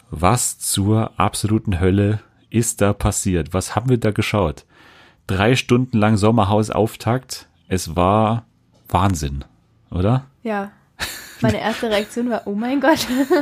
Was zur absoluten Hölle ist da passiert? Was haben wir da geschaut? 3 Stunden lang Sommerhaus-Auftakt. Es war Wahnsinn, oder? Ja. Meine erste Reaktion war, oh mein Gott.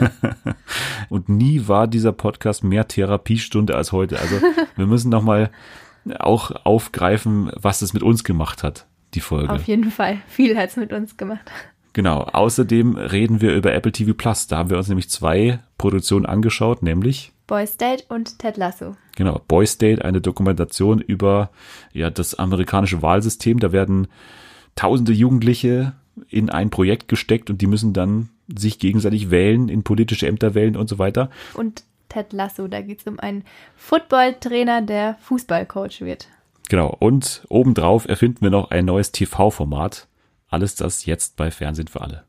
Und nie war dieser Podcast mehr Therapiestunde als heute. Also wir müssen nochmal auch aufgreifen, was es mit uns gemacht hat, die Folge. Auf jeden Fall. Viel hat es mit uns gemacht. Genau. Außerdem reden wir über Apple TV Plus. Da haben wir uns nämlich 2 Produktionen angeschaut, nämlich Boys Date und Ted Lasso. Genau, Boys Date, eine Dokumentation über das amerikanische Wahlsystem. Da werden tausende Jugendliche in ein Projekt gesteckt und die müssen dann sich gegenseitig wählen, in politische Ämter wählen und so weiter. Und Ted Lasso, da geht es um einen Footballtrainer, der Fußballcoach wird. Genau, und obendrauf erfinden wir noch ein neues TV-Format. Alles das jetzt bei Fernsehen für alle.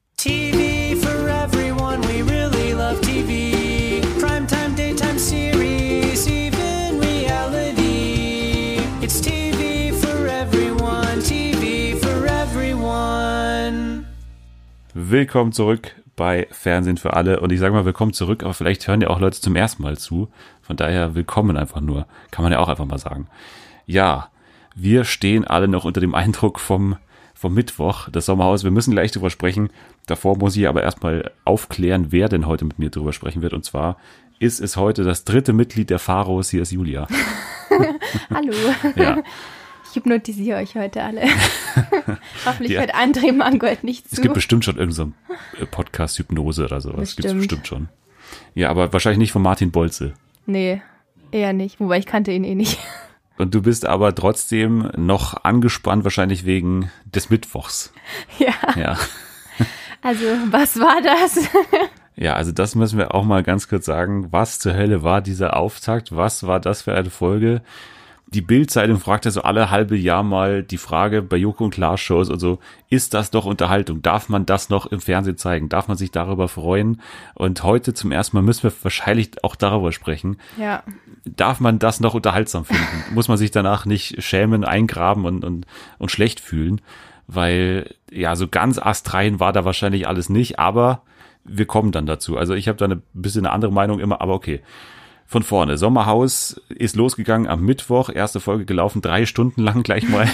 TV for everyone, we really love TV. Primetime, daytime series, even reality. It's TV for everyone, TV for everyone. Willkommen zurück bei Fernsehen für alle. Und ich sage mal willkommen zurück, aber vielleicht hören ja auch Leute zum ersten Mal zu. Von daher willkommen einfach nur. Kann man ja auch einfach mal sagen. Ja, wir stehen alle noch unter dem Eindruck vom Mittwoch, das Sommerhaus. Wir müssen gleich drüber sprechen. Davor muss ich aber erstmal aufklären, wer denn heute mit mir drüber sprechen wird. Und zwar ist es heute das 3. Mitglied der Pharaos. Hier ist Julia. Hallo. Ja. Ich hypnotisiere euch heute alle. Hoffentlich hört André Mangold nicht zu. Es gibt bestimmt schon irgendeinen Podcast-Hypnose oder sowas. Bestimmt. Gibt es bestimmt schon. Ja, aber wahrscheinlich nicht von Martin Bolze. Nee, eher nicht. Wobei ich kannte ihn eh nicht. Und du bist aber trotzdem noch angespannt, wahrscheinlich wegen des Mittwochs. Ja. Also, was war das? Ja, also das müssen wir auch mal ganz kurz sagen. Was zur Hölle war dieser Auftakt? Was war das für eine Folge? Die Bild-Zeitung fragt ja so alle halbe Jahr mal die Frage bei Joko und Klaas Shows und so, ist das doch Unterhaltung? Darf man das noch im Fernsehen zeigen? Darf man sich darüber freuen? Und heute zum ersten Mal müssen wir wahrscheinlich auch darüber sprechen. Ja. Darf man das noch unterhaltsam finden? Muss man sich danach nicht schämen, eingraben und schlecht fühlen? Weil, ja, so ganz astrein war da wahrscheinlich alles nicht, aber wir kommen dann dazu. Also ich habe da ein bisschen eine andere Meinung immer, aber okay. Von vorne. Sommerhaus ist losgegangen am Mittwoch, erste Folge gelaufen, 3 Stunden lang gleich mal.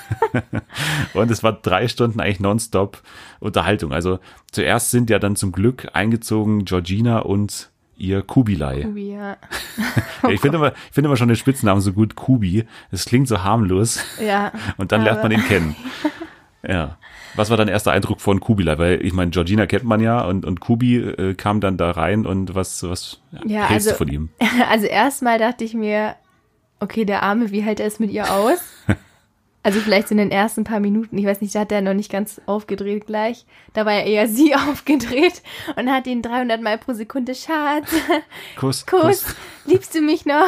Und es war 3 Stunden eigentlich nonstop Unterhaltung. Also zuerst sind ja dann zum Glück eingezogen Georgina und ihr Kubilai. Kubi, ja. Ja, ich finde immer schon den Spitznamen so gut, Kubi. Das klingt so harmlos. Ja. Und dann lernt man ihn kennen. Ja. Was war dein erster Eindruck von Kubilai? Weil ich meine, Georgina kennt man ja und Kubi kam dann da rein und was hältst du von ihm? Also erstmal dachte ich mir, okay, der Arme, wie hält er es mit ihr aus? Also vielleicht so in den ersten paar Minuten, ich weiß nicht, da hat er noch nicht ganz aufgedreht gleich. Da war ja eher sie aufgedreht und hat ihn 300 Mal pro Sekunde, Schatz, Kuss, liebst du mich noch?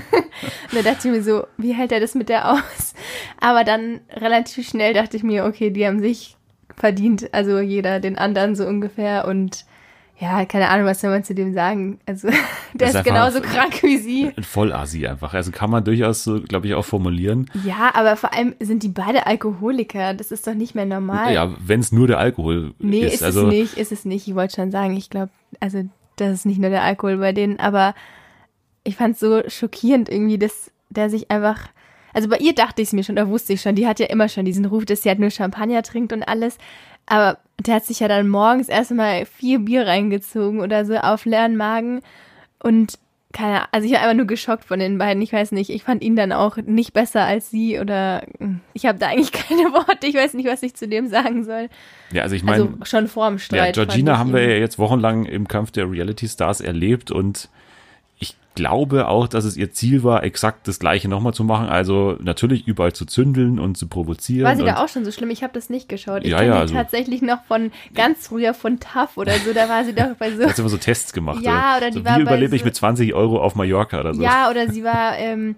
Und da dachte ich mir so, wie hält er das mit der aus? Aber dann relativ schnell dachte ich mir, okay, die haben sich verdient, also jeder den anderen so ungefähr und ja, keine Ahnung, was soll man zu dem sagen? Also, der ist genauso krank wie sie. Ein Vollasi einfach. Also kann man durchaus so, glaube ich, auch formulieren. Ja, aber vor allem sind die beide Alkoholiker. Das ist doch nicht mehr normal. Ja, wenn es nur der Alkohol ist. Nee, ist es nicht. Ich wollte schon sagen, ich glaube, also, das ist nicht nur der Alkohol bei denen, aber ich fand es so schockierend irgendwie, dass der sich einfach, also bei ihr dachte ich es mir schon, da wusste ich schon, die hat ja immer schon diesen Ruf, dass sie halt nur Champagner trinkt und alles. Aber der hat sich ja dann morgens erstmal 4 Bier reingezogen oder so auf leeren Magen. Und also ich war einfach nur geschockt von den beiden. Ich weiß nicht, ich fand ihn dann auch nicht besser als sie oder ich habe da eigentlich keine Worte. Ich weiß nicht, was ich zu dem sagen soll. Ja, also ich meine, also schon vor dem Streit. Ja, Georgina haben wir ja jetzt wochenlang im Kampf der Reality Stars erlebt und ich glaube auch, dass es ihr Ziel war, exakt das Gleiche nochmal zu machen. Also natürlich überall zu zündeln und zu provozieren. War sie da auch schon so schlimm? Ich habe das nicht geschaut. Ich kenne die tatsächlich noch von ganz früher von TAF oder so. Da war sie doch bei so. Da hat sie immer so Tests gemacht. Ja, oder die so, war wie überlebe ich mit 20 Euro auf Mallorca oder so. Ja, oder sie war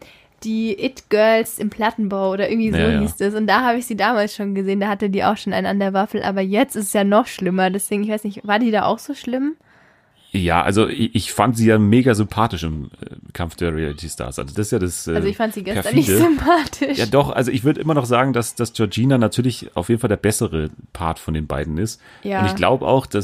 die It-Girls im Plattenbau oder irgendwie so hieß das. Und da habe ich sie damals schon gesehen. Da hatte die auch schon einen an der Waffel. Aber jetzt ist es ja noch schlimmer. Deswegen, ich weiß nicht, war die da auch so schlimm? Ja, also ich fand sie ja mega sympathisch im Kampf der Reality Stars. Also das ist ja das Also ich fand sie gestern perfide. nicht sympathisch. Ja doch, also ich würde immer noch sagen, dass Georgina natürlich auf jeden Fall der bessere Part von den beiden ist. Ja. Und ich glaube auch, dass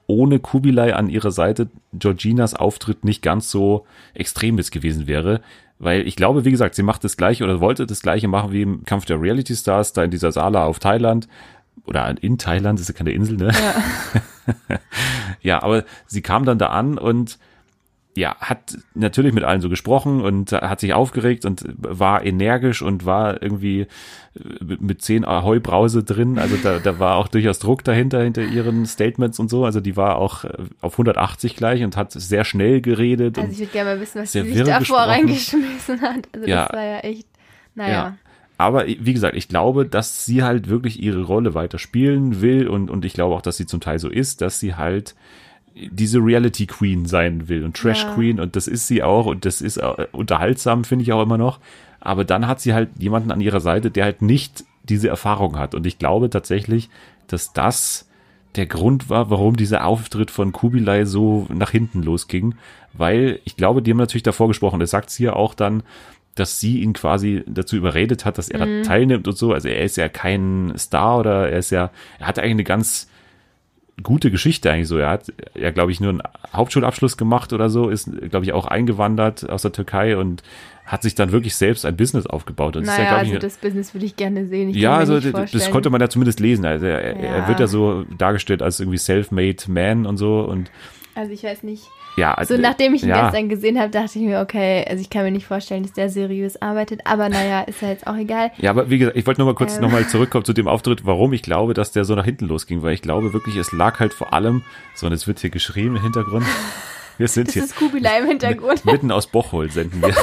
ohne Kubilai an ihrer Seite Georginas Auftritt nicht ganz so extrem jetzt gewesen wäre. Weil ich glaube, wie gesagt, sie macht das Gleiche oder wollte das Gleiche machen wie im Kampf der Reality Stars, da in dieser Sala auf Thailand. Oder in Thailand, das ist ja keine Insel, ne? Ja. Ja, aber sie kam dann da an und ja, hat natürlich mit allen so gesprochen und hat sich aufgeregt und war energisch und war irgendwie mit 10 Ahoi-Brause drin. Also da war auch durchaus Druck dahinter, hinter ihren Statements und so. Also die war auch auf 180 gleich und hat sehr schnell geredet. Also ich würde gerne mal wissen, was sehr sie sich wirr davor gesprochen. reingeschmissen hat. Also Ja. das war ja echt, naja. Ja. Aber wie gesagt, ich glaube, dass sie halt wirklich ihre Rolle weiter spielen will und ich glaube auch, dass sie zum Teil so ist, dass sie halt diese Reality Queen sein will und Trash Queen und das ist sie auch und das ist unterhaltsam, finde ich auch immer noch. Aber dann hat sie halt jemanden an ihrer Seite, der halt nicht diese Erfahrung hat. Und ich glaube tatsächlich, dass das der Grund war, warum dieser Auftritt von Kubilai so nach hinten losging. Weil ich glaube, die haben natürlich davor gesprochen. Das sagt sie ja auch dann, dass sie ihn quasi dazu überredet hat, dass er da teilnimmt und so. Also er ist ja kein Star oder er hat eigentlich eine ganz gute Geschichte eigentlich so. Er hat ja, glaube ich, nur einen Hauptschulabschluss gemacht oder so, ist, glaube ich, auch eingewandert aus der Türkei und hat sich dann wirklich selbst ein Business aufgebaut. Das ist ja, glaub ich, das Business würde ich gerne sehen. Ich ja, kann mir also nicht vorstellen. das konnte man ja zumindest lesen. Also er wird ja so dargestellt als irgendwie self-made man und so und Also ich weiß nicht. ja, also, So nachdem ich ihn ja. gestern gesehen habe, dachte ich mir, okay, also ich kann mir nicht vorstellen, dass der seriös arbeitet, aber naja, ist ja jetzt auch egal. Ja, aber wie gesagt, ich wollte noch mal kurz nochmal zurückkommen zu dem Auftritt, warum ich glaube, dass der so nach hinten losging, weil ich glaube wirklich, es lag halt vor allem, so und jetzt wird hier geschrieben im Hintergrund, wir sind Das hier ist Kubilai im Hintergrund. mitten aus Bocholt senden wir.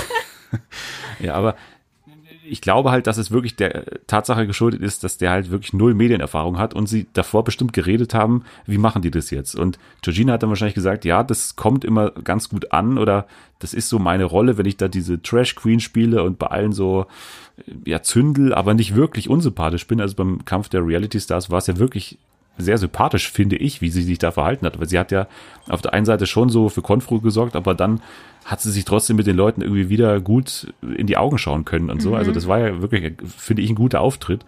Ja, aber ich glaube halt, dass es wirklich der Tatsache geschuldet ist, dass der halt wirklich 0 Medienerfahrung hat und sie davor bestimmt geredet haben, wie machen die das jetzt? Und Georgina hat dann wahrscheinlich gesagt, ja, das kommt immer ganz gut an oder das ist so meine Rolle, wenn ich da diese Trash Queen spiele und bei allen so, ja, zündel, aber nicht wirklich unsympathisch bin. Also beim Kampf der Reality Stars war es ja wirklich sehr sympathisch, finde ich, wie sie sich da verhalten hat. Weil sie hat ja auf der einen Seite schon so für Konfro gesorgt, aber dann hat sie sich trotzdem mit den Leuten irgendwie wieder gut in die Augen schauen können und so. Also das war ja wirklich, finde ich, ein guter Auftritt.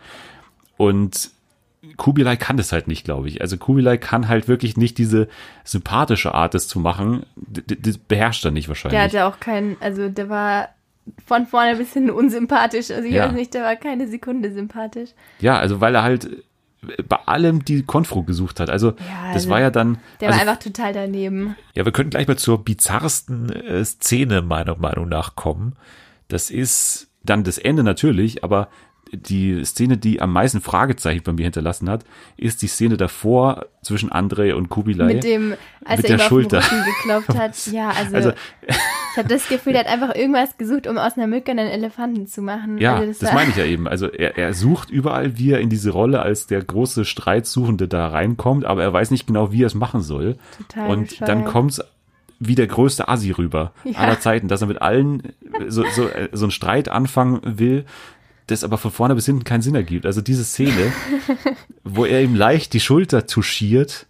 Und Kubilai kann das halt nicht, glaube ich. Also Kubilai kann halt wirklich nicht diese sympathische Art, das zu machen. Das beherrscht er nicht wahrscheinlich. Der hatte auch keinen, also der war von vorne bis hin unsympathisch. Also ich Ja. weiß nicht, der war keine Sekunde sympathisch. Ja, also weil er halt bei allem die Konfro gesucht hat. Also Ja, das also war ja dann... Der also war einfach total daneben. Ja, wir könnten gleich mal zur bizarrsten Szene meiner Meinung nach kommen. Das ist dann das Ende natürlich, aber die Szene, die am meisten Fragezeichen bei mir hinterlassen hat, ist die Szene davor zwischen Andrei und Kubilai. Mit dem, als Mit er ihm der auf Schulter. den Rücken geklopft hat. Ja, Also- ich habe das Gefühl, er hat einfach irgendwas gesucht, um aus einer Mücke einen Elefanten zu machen. Ja, also das meine ich ja eben. Also er sucht überall, wie er in diese Rolle als der große Streitsuchende da reinkommt, aber er weiß nicht genau, wie er es machen soll. Total Und bescheuert. dann kommt's wie der größte Assi rüber aller Zeiten, dass er mit allen so einen Streit anfangen will, das aber von vorne bis hinten keinen Sinn ergibt. Also diese Szene, wo er ihm leicht die Schulter touchiert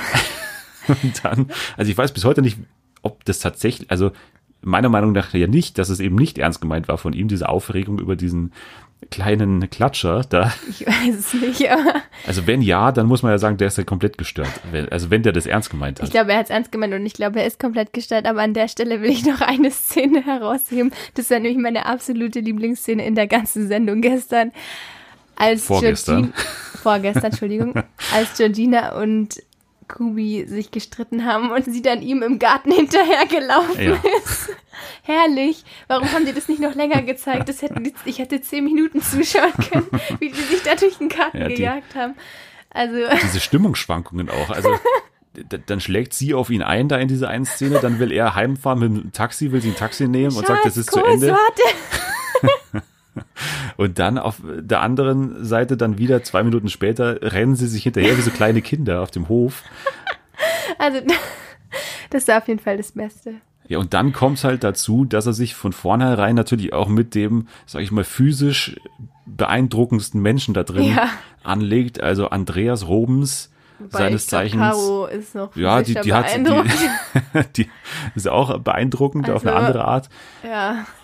und dann, also ich weiß bis heute nicht, ob das tatsächlich, also meiner Meinung nach ja nicht, dass es eben nicht ernst gemeint war von ihm, diese Aufregung über diesen kleinen Klatscher da. Ich weiß es nicht, aber Also wenn ja, dann muss man ja sagen, der ist ja komplett gestört. Also wenn der das ernst gemeint hat. ich glaube, er hat es ernst gemeint und ich glaube, er ist komplett gestört. Aber an der Stelle will ich noch eine Szene herausheben. Das war nämlich meine absolute Lieblingsszene in der ganzen Sendung gestern. Als Vorgestern. Vorgestern, Entschuldigung. Als Georgina und Kubi sich gestritten haben und sie dann ihm im Garten hinterhergelaufen Ja. ist. Herrlich. Warum haben die das nicht noch länger gezeigt? Ich hätte 10 Minuten zuschauen können, wie die sich da durch den Garten Ja, gejagt haben. Also, Diese Stimmungsschwankungen auch. Also dann schlägt sie auf ihn ein da in dieser einen Szene, dann will er heimfahren mit dem Taxi, will sie ein Taxi nehmen und sagt, das ist zu Ende. Warte. Und dann auf der anderen Seite dann wieder 2 Minuten später rennen sie sich hinterher wie so kleine Kinder auf dem Hof. Also, das war auf jeden Fall das Beste. Ja, und dann kommt es halt dazu, dass er sich von vornherein natürlich auch mit dem, sag ich mal, physisch beeindruckendsten Menschen da drin Ja. anlegt. Also Andreas Robens, Wobei seines ich glaub, Zeichens. Caro ist noch Ja, physischer die hat beeindruckend. die ist auch beeindruckend auf eine Also- andere Art. Ja,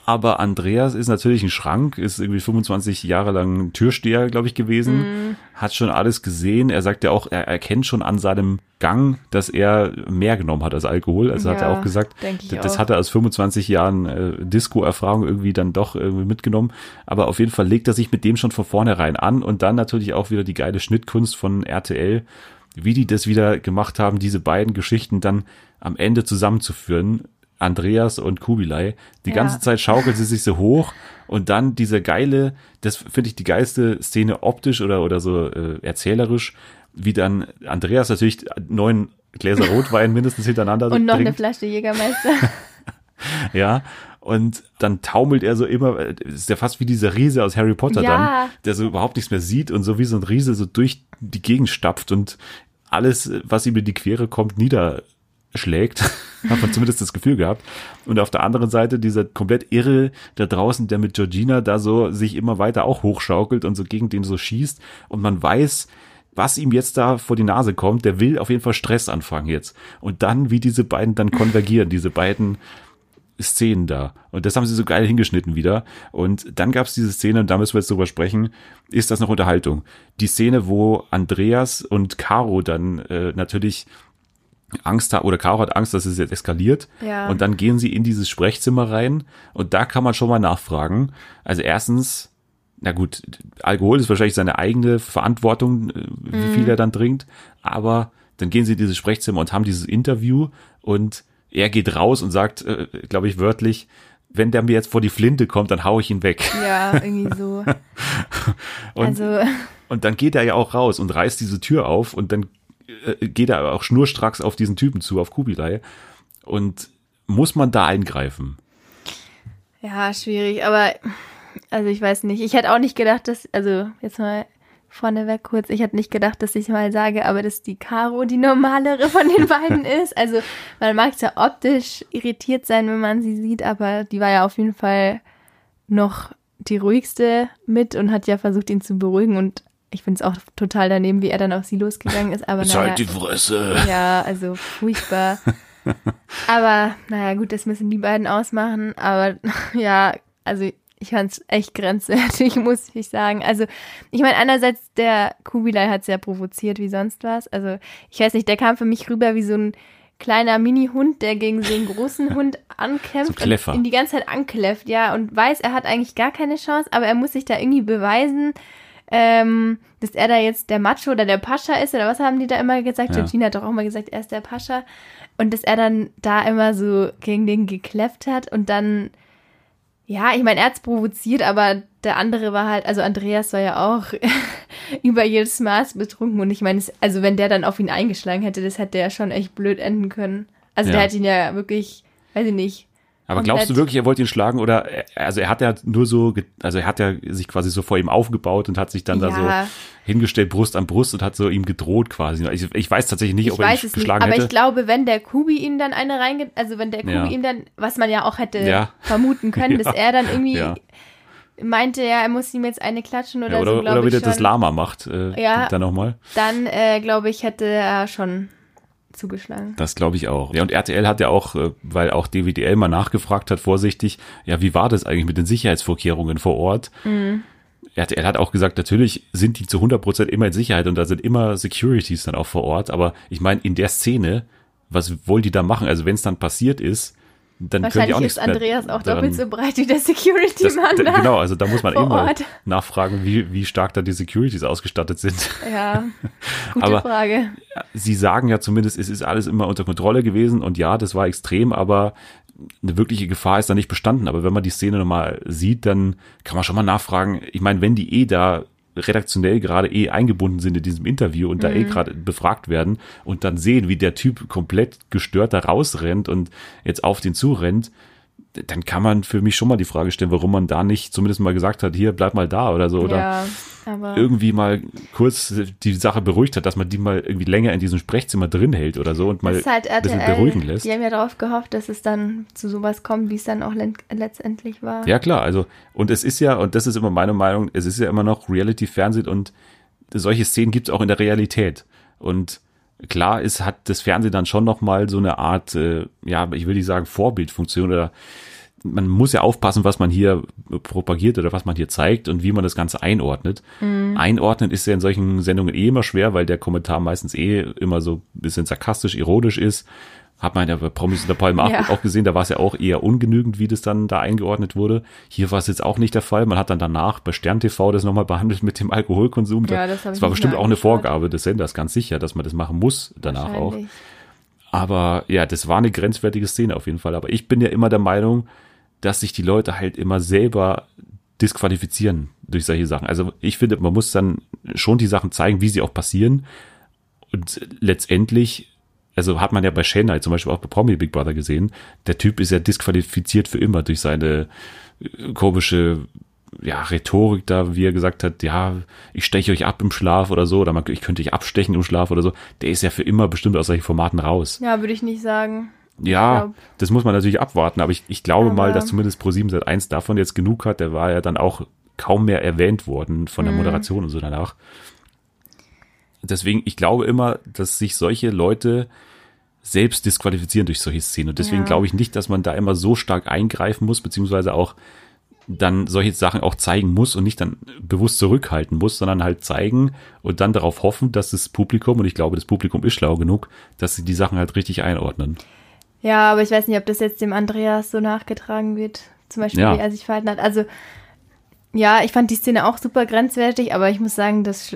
Aber Andreas ist natürlich ein Schrank, ist irgendwie 25 Jahre lang Türsteher, glaube ich, gewesen, hat schon alles gesehen. Er sagt ja auch, er erkennt schon an seinem Gang, dass er mehr genommen hat als Alkohol. Also hat er auch gesagt, das hat er aus 25 Jahren Disco-Erfahrung irgendwie dann doch irgendwie mitgenommen. Aber auf jeden Fall legt er sich mit dem schon von vornherein an und dann natürlich auch wieder die geile Schnittkunst von RTL, wie die das wieder gemacht haben, diese beiden Geschichten dann am Ende zusammenzuführen. Andreas und Kubilai. Die ganze Zeit schaukelt sie sich so hoch und dann diese geile, das finde ich die geilste Szene optisch oder so erzählerisch, wie dann Andreas natürlich 9 Gläser Rotwein mindestens hintereinander und noch trinkt. eine Flasche Jägermeister. Ja, und dann taumelt er so immer, ist ja fast wie dieser Riese aus Harry Potter dann, der so überhaupt nichts mehr sieht und so wie so ein Riese so durch die Gegend stapft und alles, was ihm in die Quere kommt, niederschlägt. Hat man zumindest das Gefühl gehabt. Und auf der anderen Seite dieser komplett Irre da draußen, der mit Georgina da so sich immer weiter auch hochschaukelt und so gegen den so schießt. Und man weiß, was ihm jetzt da vor die Nase kommt. Der will auf jeden Fall Stress anfangen jetzt. Und dann, wie diese beiden dann konvergieren, diese beiden Szenen da. Und das haben sie so geil hingeschnitten wieder. Und dann gab es diese Szene, und da müssen wir jetzt drüber sprechen, ist das noch Unterhaltung? Die Szene, wo Andreas und Caro dann natürlich Angst hat, oder Caro hat Angst, dass es jetzt eskaliert. Ja. Und dann gehen sie in dieses Sprechzimmer rein und da kann man schon mal nachfragen. Also erstens, na gut, Alkohol ist wahrscheinlich seine eigene Verantwortung, wie viel er dann trinkt, aber dann gehen sie in dieses Sprechzimmer und haben dieses Interview und er geht raus und sagt, glaube ich wörtlich, wenn der mir jetzt vor die Flinte kommt, dann hau ich ihn weg. Ja, irgendwie so. Und dann geht er ja auch raus und reißt diese Tür auf und dann geht er auch schnurstracks auf diesen Typen zu, auf Kubilai. Und muss man da eingreifen? Ja, schwierig, aber also ich weiß nicht. Ich hätte auch nicht gedacht, dass, also jetzt mal vorneweg kurz, ich hätte nicht gedacht, dass ich mal sage, aber dass die Caro die normalere von den beiden ist. Also man mag es ja optisch irritiert sein, wenn man sie sieht, aber die war ja auf jeden Fall noch die ruhigste mit und hat ja versucht, ihn zu beruhigen und ich finde es auch total daneben, wie er dann auf sie losgegangen ist. Aber naja, halt die Fresse. Ja, also furchtbar. Aber naja, gut, das müssen die beiden ausmachen. Aber ja, also ich fand es echt grenzwertig, muss ich sagen. Also ich meine, einerseits der Kubilai hat es ja provoziert wie sonst was. Also ich weiß nicht, der kam für mich rüber wie so ein kleiner Mini-Hund, der gegen so einen großen Hund ankämpft so und ihn die ganze Zeit ankläfft, ja, und weiß, er hat eigentlich gar keine Chance, aber er muss sich da irgendwie beweisen, dass er da jetzt der Macho oder der Pascha ist, oder was haben die da immer gesagt? Ja. Georgina hat doch auch mal gesagt, er ist der Pascha. Und dass er dann da immer so gegen den gekläfft hat und dann, ja, ich meine, er hat's provoziert, aber der andere war halt, also Andreas war ja auch über jedes Maß betrunken und ich meine, also wenn der dann auf ihn eingeschlagen hätte, das hätte ja schon echt blöd enden können. Also der hat ihn ja wirklich, weiß ich nicht. Aber glaubst du wirklich, er wollte ihn schlagen oder, also er hat ja nur so, also er hat ja sich quasi so vor ihm aufgebaut und hat sich dann da so hingestellt, Brust an Brust und hat so ihm gedroht quasi. Ich weiß tatsächlich nicht, ob er ihn geschlagen hätte. Aber ich glaube, wenn der Kubi ihm dann wenn der Kubi ihm dann, was man ja auch hätte vermuten können, dass er dann irgendwie meinte, ja, er muss ihm jetzt eine klatschen oder so, glaube ich schon. Oder wie der das Lama macht, dann nochmal. Dann, glaube ich, hätte er schon zugeschlagen. Das glaube ich auch. Ja, und RTL hat ja auch, weil auch DWDL mal nachgefragt hat, vorsichtig, ja, wie war das eigentlich mit den Sicherheitsvorkehrungen vor Ort? Mhm. RTL hat auch gesagt, natürlich sind die zu 100% immer in Sicherheit und da sind immer Securities dann auch vor Ort, aber ich meine, in der Szene, was wollen die da machen? Also wenn es dann passiert ist, dann können die auch nichts mehr. Wahrscheinlich ist Andreas auch doppelt so breit wie der Security-Mann. Genau, also da muss man immer nachfragen, wie stark da die Securities ausgestattet sind. Ja, gute Frage. Sie sagen ja zumindest, es ist alles immer unter Kontrolle gewesen und ja, das war extrem, aber eine wirkliche Gefahr ist da nicht bestanden. Aber wenn man die Szene nochmal sieht, dann kann man schon mal nachfragen, ich meine, wenn die da redaktionell gerade eingebunden sind in diesem Interview und da gerade befragt werden und dann sehen, wie der Typ komplett gestört da rausrennt und jetzt auf den zurennt, dann kann man für mich schon mal die Frage stellen, warum man da nicht zumindest mal gesagt hat, hier, bleib mal da oder so, oder irgendwie mal kurz die Sache beruhigt hat, dass man die mal irgendwie länger in diesem Sprechzimmer drin hält oder so und mal ein bisschen beruhigen lässt. Die haben ja darauf gehofft, dass es dann zu sowas kommt, wie es dann auch letztendlich war. Ja, klar, also und es ist ja, und das ist immer meine Meinung, es ist ja immer noch Reality-Fernsehen und solche Szenen gibt es auch in der Realität und klar, hat das Fernsehen dann schon nochmal so eine Art, ich will nicht sagen Vorbildfunktion oder man muss ja aufpassen, was man hier propagiert oder was man hier zeigt und wie man das Ganze einordnet. Einordnen ist ja in solchen Sendungen immer schwer, weil der Kommentar meistens immer so ein bisschen sarkastisch, ironisch ist. Hat man ja bei Promis unter Palmen auch gesehen, da war es ja auch eher ungenügend, wie das dann da eingeordnet wurde. Hier war es jetzt auch nicht der Fall. Man hat dann danach bei Stern TV das nochmal behandelt mit dem Alkoholkonsum. Ja, das war bestimmt auch eine Vorgabe des Senders, ganz sicher, dass man das machen muss danach auch. Aber ja, das war eine grenzwertige Szene auf jeden Fall. Aber ich bin ja immer der Meinung, dass sich die Leute halt immer selber disqualifizieren durch solche Sachen. Also ich finde, man muss dann schon die Sachen zeigen, wie sie auch passieren. Und letztendlich, also hat man ja bei Shane zum Beispiel auch bei Promi Big Brother gesehen, der Typ ist ja disqualifiziert für immer durch seine komische Rhetorik da, wie er gesagt hat, ja, ich steche euch ab im Schlaf oder so, oder ich könnte euch abstechen im Schlaf oder so. Der ist ja für immer bestimmt aus solchen Formaten raus. Ja, würde ich nicht sagen. Ja, das muss man natürlich abwarten, aber ich glaube mal, dass zumindest Pro7 Sat.1 davon jetzt genug hat. Der war ja dann auch kaum mehr erwähnt worden von der Moderation und so danach. Deswegen, ich glaube immer, dass sich solche Leute selbst disqualifizieren durch solche Szenen. Und deswegen glaube ich nicht, dass man da immer so stark eingreifen muss, beziehungsweise auch dann solche Sachen auch zeigen muss und nicht dann bewusst zurückhalten muss, sondern halt zeigen und dann darauf hoffen, dass das Publikum, und ich glaube, das Publikum ist schlau genug, dass sie die Sachen halt richtig einordnen. Ja, aber ich weiß nicht, ob das jetzt dem Andreas so nachgetragen wird, zum Beispiel, wie er sich verhalten hat. Also, ja, ich fand die Szene auch super grenzwertig, aber ich muss sagen, das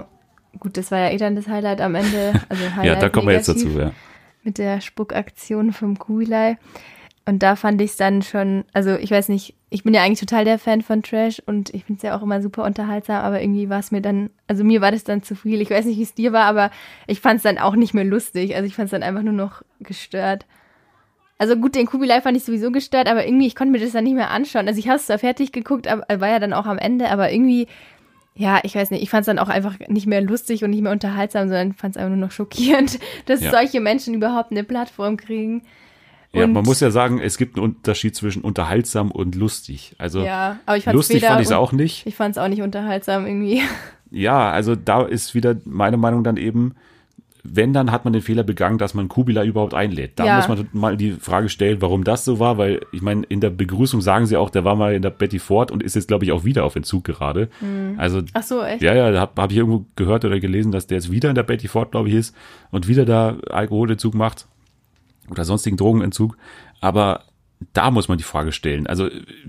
war ja dann das Highlight am Ende. Also Highlight ja, da kommen wir jetzt dazu, ja. Mit der Spuckaktion vom Kubilai. Und da fand ich es dann schon, also ich weiß nicht, ich bin ja eigentlich total der Fan von Trash und ich finde es ja auch immer super unterhaltsam, aber irgendwie war es mir dann, also mir war das dann zu viel. Ich weiß nicht, wie es dir war, aber ich fand es dann auch nicht mehr lustig. Also ich fand es dann einfach nur noch gestört. Also gut, den Kubilai fand ich sowieso gestört, aber irgendwie, ich konnte mir das dann nicht mehr anschauen. Also ich habe es zwar fertig geguckt, aber war ja dann auch am Ende, aber irgendwie, ja, ich weiß nicht, ich fand es dann auch einfach nicht mehr lustig und nicht mehr unterhaltsam, sondern fand es einfach nur noch schockierend, dass solche Menschen überhaupt eine Plattform kriegen. Ja, man muss ja sagen, es gibt einen Unterschied zwischen unterhaltsam und lustig. Also aber ich lustig fand ich es auch nicht. Ich fand es auch nicht unterhaltsam irgendwie. Ja, also da ist wieder meine Meinung dann eben, wenn, dann hat man den Fehler begangen, dass man Kubilai überhaupt einlädt. Da muss man mal die Frage stellen, warum das so war, weil ich meine, in der Begrüßung sagen sie auch, der war mal in der Betty Ford und ist jetzt, glaube ich, auch wieder auf Entzug gerade. Also, ach so, echt? Ja, da hab ich irgendwo gehört oder gelesen, dass der jetzt wieder in der Betty Ford, glaube ich, ist und wieder da Alkoholentzug macht oder sonstigen Drogenentzug. Aber da muss man die Frage stellen. Also,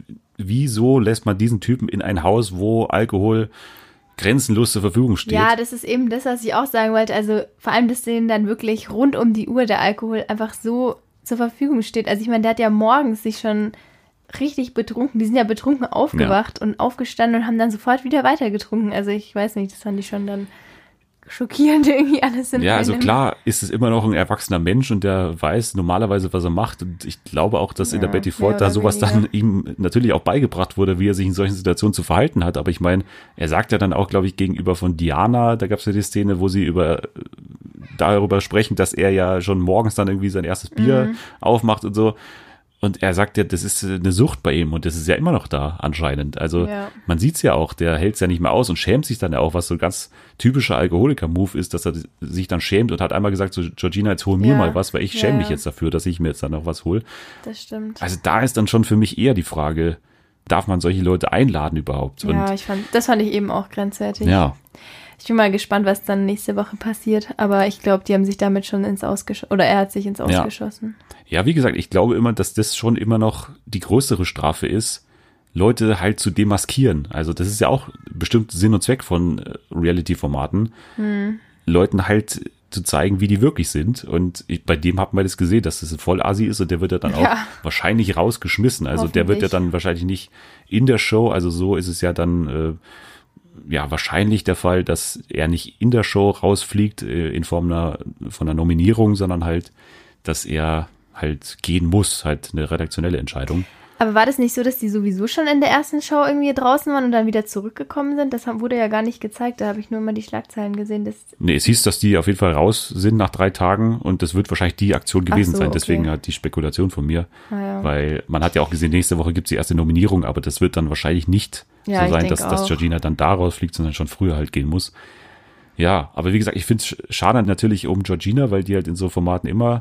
wieso lässt man diesen Typen in ein Haus, wo Alkohol grenzenlos zur Verfügung steht? Ja, das ist eben das, was ich auch sagen wollte. Also vor allem, dass denen dann wirklich rund um die Uhr der Alkohol einfach so zur Verfügung steht. Also ich meine, der hat ja morgens sich schon richtig betrunken. Die sind ja betrunken aufgewacht und aufgestanden und haben dann sofort wieder weiter getrunken. Also ich weiß nicht, das fand ich schon dann schockierend irgendwie alles in Ja, also klar ist es immer noch ein erwachsener Mensch und der weiß normalerweise, was er macht. Und ich glaube auch, dass in der Betty Ford da sowas dann ihm natürlich auch beigebracht wurde, wie er sich in solchen Situationen zu verhalten hat. Aber ich meine, er sagt ja dann auch, glaube ich, gegenüber von Diana, da gab es ja die Szene, wo sie darüber sprechen, dass er ja schon morgens dann irgendwie sein erstes Bier aufmacht und so. Und er sagt ja, das ist eine Sucht bei ihm und das ist ja immer noch da anscheinend. Also man sieht's ja auch, der hält's ja nicht mehr aus und schämt sich dann ja auch, was so ein ganz typischer Alkoholiker-Move ist, dass er sich dann schämt und hat einmal gesagt, so Georgina, jetzt hol mir mal was, weil ich schäme mich jetzt dafür, dass ich mir jetzt dann noch was hole. Das stimmt. Also da ist dann schon für mich eher die Frage, darf man solche Leute einladen überhaupt? Ja, und das fand ich eben auch grenzwertig. Ja. Ich bin mal gespannt, was dann nächste Woche passiert, aber ich glaube, die haben sich damit schon ins Ausgeschossen, oder er hat sich ins Ausgeschossen. Ja, wie gesagt, ich glaube immer, dass das schon immer noch die größere Strafe ist, Leute halt zu demaskieren. Also das ist ja auch bestimmt Sinn und Zweck von Reality-Formaten, Leuten halt zu zeigen, wie die wirklich sind. Und bei dem hat man das gesehen, dass das ein Vollasi ist und der wird ja dann auch wahrscheinlich rausgeschmissen. Also der wird ja dann wahrscheinlich nicht in der Show, also so ist es ja dann wahrscheinlich der Fall, dass er nicht in der Show rausfliegt in Form von einer Nominierung, sondern halt, dass er halt gehen muss, halt eine redaktionelle Entscheidung. Aber war das nicht so, dass die sowieso schon in der ersten Show irgendwie draußen waren und dann wieder zurückgekommen sind? Das wurde ja gar nicht gezeigt, da habe ich nur immer die Schlagzeilen gesehen. Nee, es hieß, dass die auf jeden Fall raus sind nach 3 Tagen und das wird wahrscheinlich die Aktion gewesen sein. Deswegen hat die Spekulation von mir, weil man hat ja auch gesehen, nächste Woche gibt es die erste Nominierung, aber das wird dann wahrscheinlich nicht so sein, dass Georgina dann da rausfliegt, sondern schon früher halt gehen muss. Ja, aber wie gesagt, ich finde es schade natürlich um Georgina, weil die halt in so Formaten immer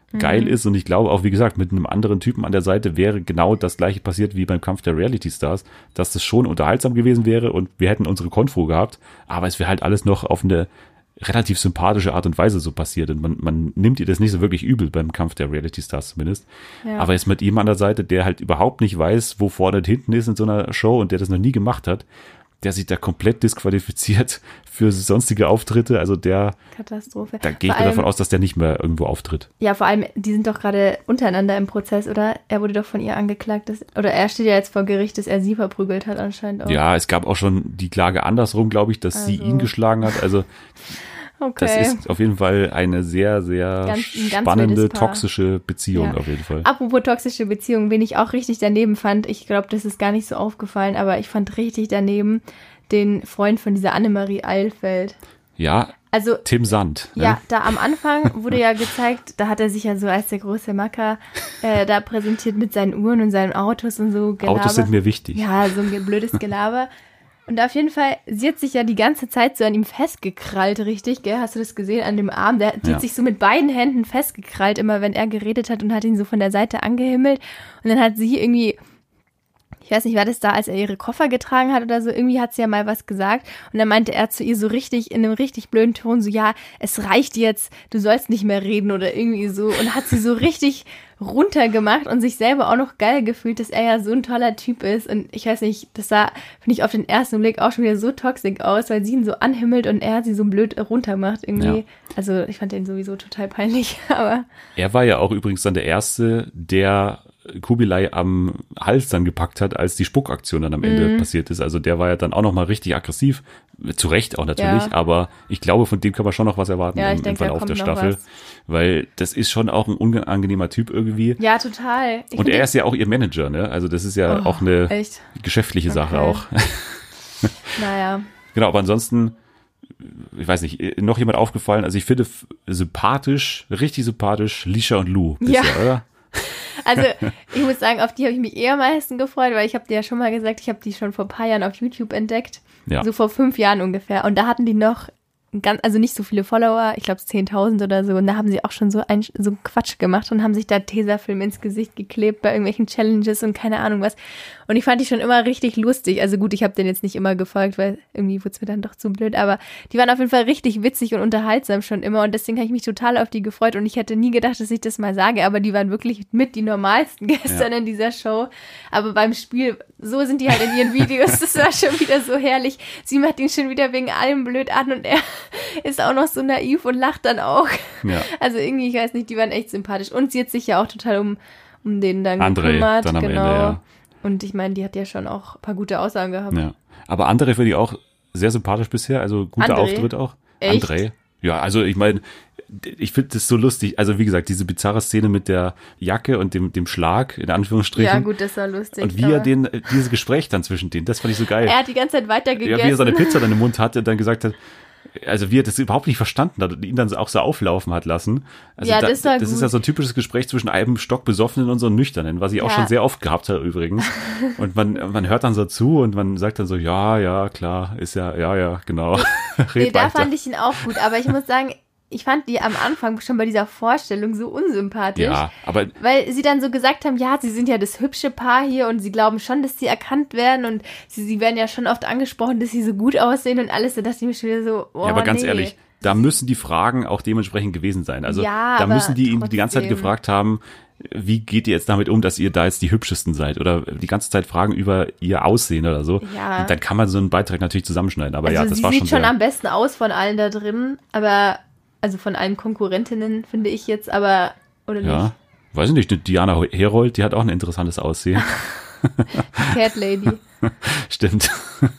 geil ist. Und ich glaube auch, wie gesagt, mit einem anderen Typen an der Seite wäre genau das gleiche passiert wie beim Kampf der Reality Stars, dass das schon unterhaltsam gewesen wäre und wir hätten unsere Konfro gehabt, aber es wäre halt alles noch auf eine relativ sympathische Art und Weise so passiert und man nimmt ihr das nicht so wirklich übel beim Kampf der Reality Stars zumindest. Ja. Aber jetzt mit ihm an der Seite, der halt überhaupt nicht weiß, wo vorne und hinten ist in so einer Show und der das noch nie gemacht hat, der sich da komplett disqualifiziert für sonstige Auftritte, also Katastrophe. da gehe ich Vor mal davon allem- aus, dass der nicht mehr irgendwo auftritt. Ja, vor allem, die sind doch gerade untereinander im Prozess, oder? Er wurde doch von ihr angeklagt, oder er steht ja jetzt vor Gericht, dass er sie verprügelt hat anscheinend auch. Ja, es gab auch schon die Klage andersrum, glaube ich, dass sie Also. ihn geschlagen hat, also Okay. das ist auf jeden Fall eine sehr, sehr Ein ganz spannende, wildes Paar. toxische Beziehung Ja. auf jeden Fall. Apropos toxische Beziehungen, wen ich auch richtig daneben fand, ich glaube, das ist gar nicht so aufgefallen, aber ich fand richtig daneben den Freund von dieser Annemarie Eilfeld. Ja, Also, Tim Sand. Ne? ja, da am Anfang wurde ja gezeigt, da hat er sich ja so als der große Macker da präsentiert mit seinen Uhren und seinen Autos und so. Gelaber. Autos sind mir wichtig. Ja, so ein blödes Gelaber. Und auf jeden Fall, sie hat sich ja die ganze Zeit so an ihm festgekrallt, richtig, gell? Hast du das gesehen an dem Arm? Die Ja. hat sich so mit beiden Händen festgekrallt, immer wenn er geredet hat und hat ihn so von der Seite angehimmelt. Und dann hat sie irgendwie, ich weiß nicht, war das da, als er ihre Koffer getragen hat oder so, irgendwie hat sie ja mal was gesagt. Und dann meinte er zu ihr so richtig, in einem richtig blöden Ton, so, ja, es reicht jetzt, du sollst nicht mehr reden oder irgendwie so. Und hat sie so richtig runtergemacht und sich selber auch noch geil gefühlt, dass er ja so ein toller Typ ist. Und ich weiß nicht, das sah, finde ich, auf den ersten Blick auch schon wieder so toxisch aus, weil sie ihn so anhimmelt und er sie so blöd runtermacht irgendwie. Ja. Also ich fand den sowieso total peinlich, aber Er war ja auch übrigens dann der Erste, der Kubilai am Hals dann gepackt hat, als die Spuckaktion dann am Ende passiert ist. Also der war ja dann auch nochmal richtig aggressiv. Zu Recht auch natürlich, Ja. aber ich glaube, von dem kann man schon noch was erwarten Ja, ich im denke, da Verlauf kommt der noch Staffel. was. Weil das ist schon auch ein unangenehmer Typ irgendwie. ja, total. Ich Und find er den- ist ja auch ihr Manager, ne? Also das ist ja Oh, auch eine echt? geschäftliche Sache Okay. auch. Naja. Genau, aber ansonsten, ich weiß nicht, noch jemand aufgefallen? Also ich finde sympathisch, richtig sympathisch, Lisha und Lou bisher, Ja. oder? Also, ich muss sagen, auf die habe ich mich eher am meisten gefreut, weil ich habe dir ja schon mal gesagt, ich habe die schon vor ein paar Jahren auf YouTube entdeckt. Ja. So vor 5 Jahren ungefähr. Und da hatten die noch also nicht so viele Follower, ich glaube 10.000 oder so. Und da haben sie auch schon so einen Quatsch gemacht und haben sich da Tesafilm ins Gesicht geklebt bei irgendwelchen Challenges und keine Ahnung was. Und ich fand die schon immer richtig lustig. Also gut, ich habe denen jetzt nicht immer gefolgt, weil irgendwie wurde es mir dann doch zu blöd. Aber die waren auf jeden Fall richtig witzig und unterhaltsam schon immer. Und deswegen habe ich mich total auf die gefreut. Und ich hätte nie gedacht, dass ich das mal sage. Aber die waren wirklich mit die normalsten gestern in dieser Show. Aber beim Spiel, so sind die halt in ihren Videos. Das war schon wieder so herrlich. Sie macht ihn schon wieder wegen allem blöd an und er ist auch noch so naiv und lacht dann auch. Ja. Also irgendwie, ich weiß nicht, die waren echt sympathisch. Und sie hat sich ja auch total um den dann André gekümmert. dann am genau. Ende, ja. Und ich meine, die hat ja schon auch ein paar gute Aussagen gehabt. Ja. Aber André finde ich auch sehr sympathisch bisher, also guter André? Auftritt auch. Echt? André. Ja, also ich meine, ich finde das so lustig. Also wie gesagt, diese bizarre Szene mit der Jacke und dem Schlag, in Anführungsstrichen. Ja, gut, das war lustig. Und wie er aber dieses Gespräch dann zwischen denen, das fand ich so geil. er hat die ganze Zeit weiter Ja, gegessen. wie er seine Pizza dann im Mund hatte und dann gesagt hat, also wie er das überhaupt nicht verstanden hat und ihn dann auch so auflaufen hat lassen. Also Ja, das war das ist gut. ja so ein typisches Gespräch zwischen einem stockbesoffenen und so einem nüchternen, was ich auch Ja. schon sehr oft gehabt habe übrigens. Und man hört dann so zu und man sagt dann so, ja, klar, ist ja, genau. Nee, Red da weiter. fand ich ihn auch gut. Aber ich muss sagen, ich fand die am Anfang schon bei dieser Vorstellung so unsympathisch. Ja, aber Weil sie dann so gesagt haben, ja, sie sind ja das hübsche Paar hier und sie glauben schon, dass sie erkannt werden und sie werden ja schon oft angesprochen, dass sie so gut aussehen und alles. Da dachte ich mir schon wieder so, oh, ja, aber ganz nee. ehrlich, da müssen die Fragen auch dementsprechend gewesen sein. Also Ja, da aber müssen die ihn die ganze Zeit trotzdem. gefragt haben, wie geht ihr jetzt damit um, dass ihr da jetzt die hübschesten seid? Oder die ganze Zeit Fragen über ihr Aussehen oder so. Ja. Und dann kann man so einen Beitrag natürlich zusammenschneiden. Aber Also ja, das sie war sieht schon schon sehr, am besten aus von allen da drin, aber, also von allen Konkurrentinnen, finde ich jetzt, aber, oder ja, nicht? weiß ich nicht, die Diana Herold, die hat auch ein interessantes Aussehen. Cat Lady. Stimmt.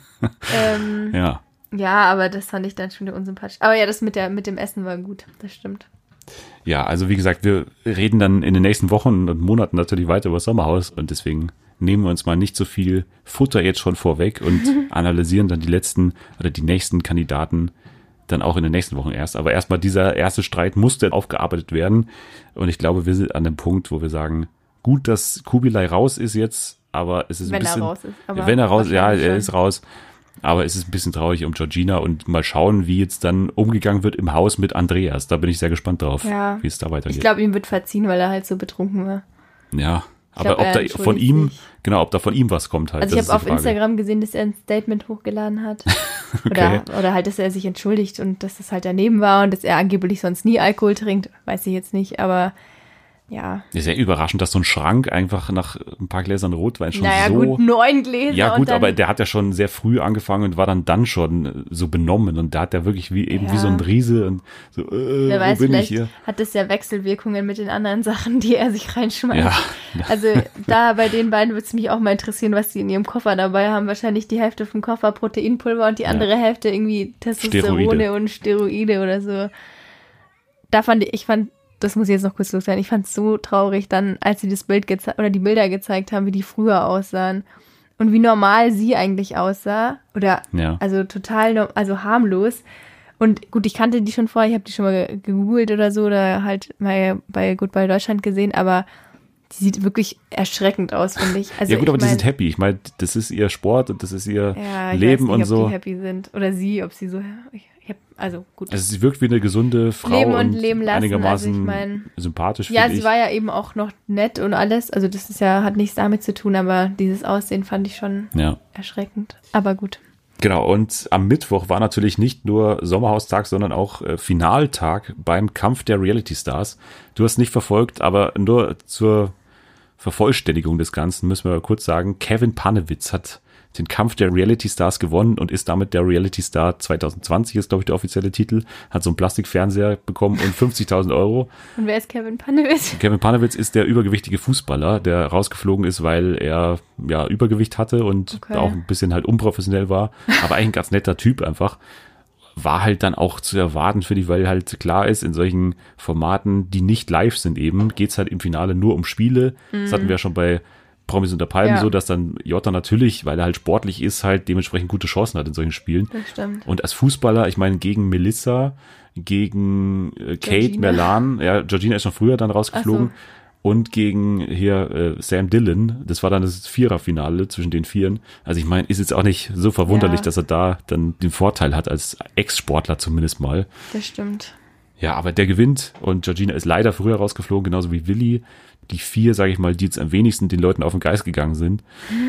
Ja. Ja, aber das fand ich dann schon wieder unsympathisch. Aber ja, das mit dem Essen war gut, das stimmt. Ja, also wie gesagt, wir reden dann in den nächsten Wochen und Monaten natürlich weiter über das Sommerhaus und deswegen nehmen wir uns mal nicht so viel Futter jetzt schon vorweg und analysieren dann die letzten oder die nächsten Kandidaten dann auch in den nächsten Wochen erst. Aber erstmal dieser erste Streit musste aufgearbeitet werden und ich glaube, wir sind an dem Punkt, wo wir sagen, gut, dass Kubilai raus ist jetzt, aber es ist Wenn ein er bisschen... raus ist, aber wenn er raus, ja, wahrscheinlich er schon. ist raus. Aber es ist ein bisschen traurig um Georgina und mal schauen, wie jetzt dann umgegangen wird im Haus mit Andreas. Da bin ich sehr gespannt drauf, wie es da weitergeht. Ich glaube, ihm wird verziehen, weil er halt so betrunken war. Ja, Ich aber glaub, ob er da von ihm, entschuldigt sich. genau, ob da von ihm was kommt halt. Also ich das habe ist auf die Frage. Instagram gesehen, dass er ein Statement hochgeladen hat. Okay. Oder halt, dass er sich entschuldigt und dass das halt daneben war und dass er angeblich sonst nie Alkohol trinkt. Weiß ich jetzt nicht, aber ja. Ist ja überraschend, dass so ein Schrank einfach nach ein paar Gläsern Rotwein schon Naja, so... gut, 9 Gläser. Ja und gut, dann, aber der hat ja schon sehr früh angefangen und war dann schon so benommen und da hat er wirklich wie Ja. so ein Riese und so, wer wo weiß, bin ich vielleicht hier? hat das ja Wechselwirkungen mit den anderen Sachen, die er sich reinschmeißt. Ja, Also da bei den beiden würde es mich auch mal interessieren, was die in ihrem Koffer dabei haben. Wahrscheinlich die Hälfte vom Koffer Proteinpulver und die andere Hälfte irgendwie Testosterone Steroide. und Steroide oder so. Ich fand, das muss ich jetzt noch kurz loswerden, ich fand es so traurig dann, als sie das Bild die Bilder gezeigt haben, wie die früher aussahen. Und wie normal sie eigentlich aussah. Oder, Ja. also total, also harmlos. Und gut, ich kannte die schon vorher, ich habe die schon mal gegoogelt oder so, oder halt mal bei Goodbye Deutschland gesehen, aber die sieht wirklich erschreckend aus, finde ich. Also ja gut, aber ich die mein, sind happy. Ich meine, das ist ihr Sport und das ist ihr ja, ich Leben weiß nicht, und so. ob die happy sind. Oder sie, ob sie so, also gut. Also sie wirkt wie eine gesunde Frau Leben und und leben lassen, einigermaßen also ich mein- sympathisch, Ja, finde sie ich. war ja eben auch noch nett und alles. Also das ist ja, hat nichts damit zu tun, aber dieses Aussehen fand ich schon Ja. erschreckend. Aber gut. Genau, und am Mittwoch war natürlich nicht nur Sommerhaustag, sondern auch Finaltag beim Kampf der Reality Stars. Du hast nicht verfolgt, aber nur zur Vervollständigung des Ganzen müssen wir kurz sagen, Kevin Panewitz hat den Kampf der Reality Stars gewonnen und ist damit der Reality Star 2020, ist glaube ich der offizielle Titel, hat so einen Plastikfernseher bekommen und 50.000 Euro. Und wer ist Kevin Panewitz? Kevin Panewitz ist der übergewichtige Fußballer, der rausgeflogen ist, weil er ja Übergewicht hatte und Okay. auch ein bisschen halt unprofessionell war, aber eigentlich ein ganz netter Typ einfach. War halt dann auch zu erwarten für die, weil halt klar ist, in solchen Formaten, die nicht live sind eben, geht's halt im Finale nur um Spiele. Das hatten wir ja schon bei Promis unter Palmen Ja. so, dass dann Jota natürlich, weil er halt sportlich ist, halt dementsprechend gute Chancen hat in solchen Spielen. Das stimmt. Und als Fußballer, ich meine, gegen Melissa, gegen Kate Georgina. Merlan, ja, Georgina ist schon früher dann rausgeflogen, Ach und gegen hier Sam Dillon, das war dann das Viererfinale zwischen den Vieren. Also ich meine, ist jetzt auch nicht so verwunderlich, Ja. dass er da dann den Vorteil hat, als Ex-Sportler zumindest mal. Das stimmt. Ja, aber der gewinnt und Georgina ist leider früher rausgeflogen, genauso wie Willi. Die 4, sage ich mal, die jetzt am wenigsten den Leuten auf den Geist gegangen sind,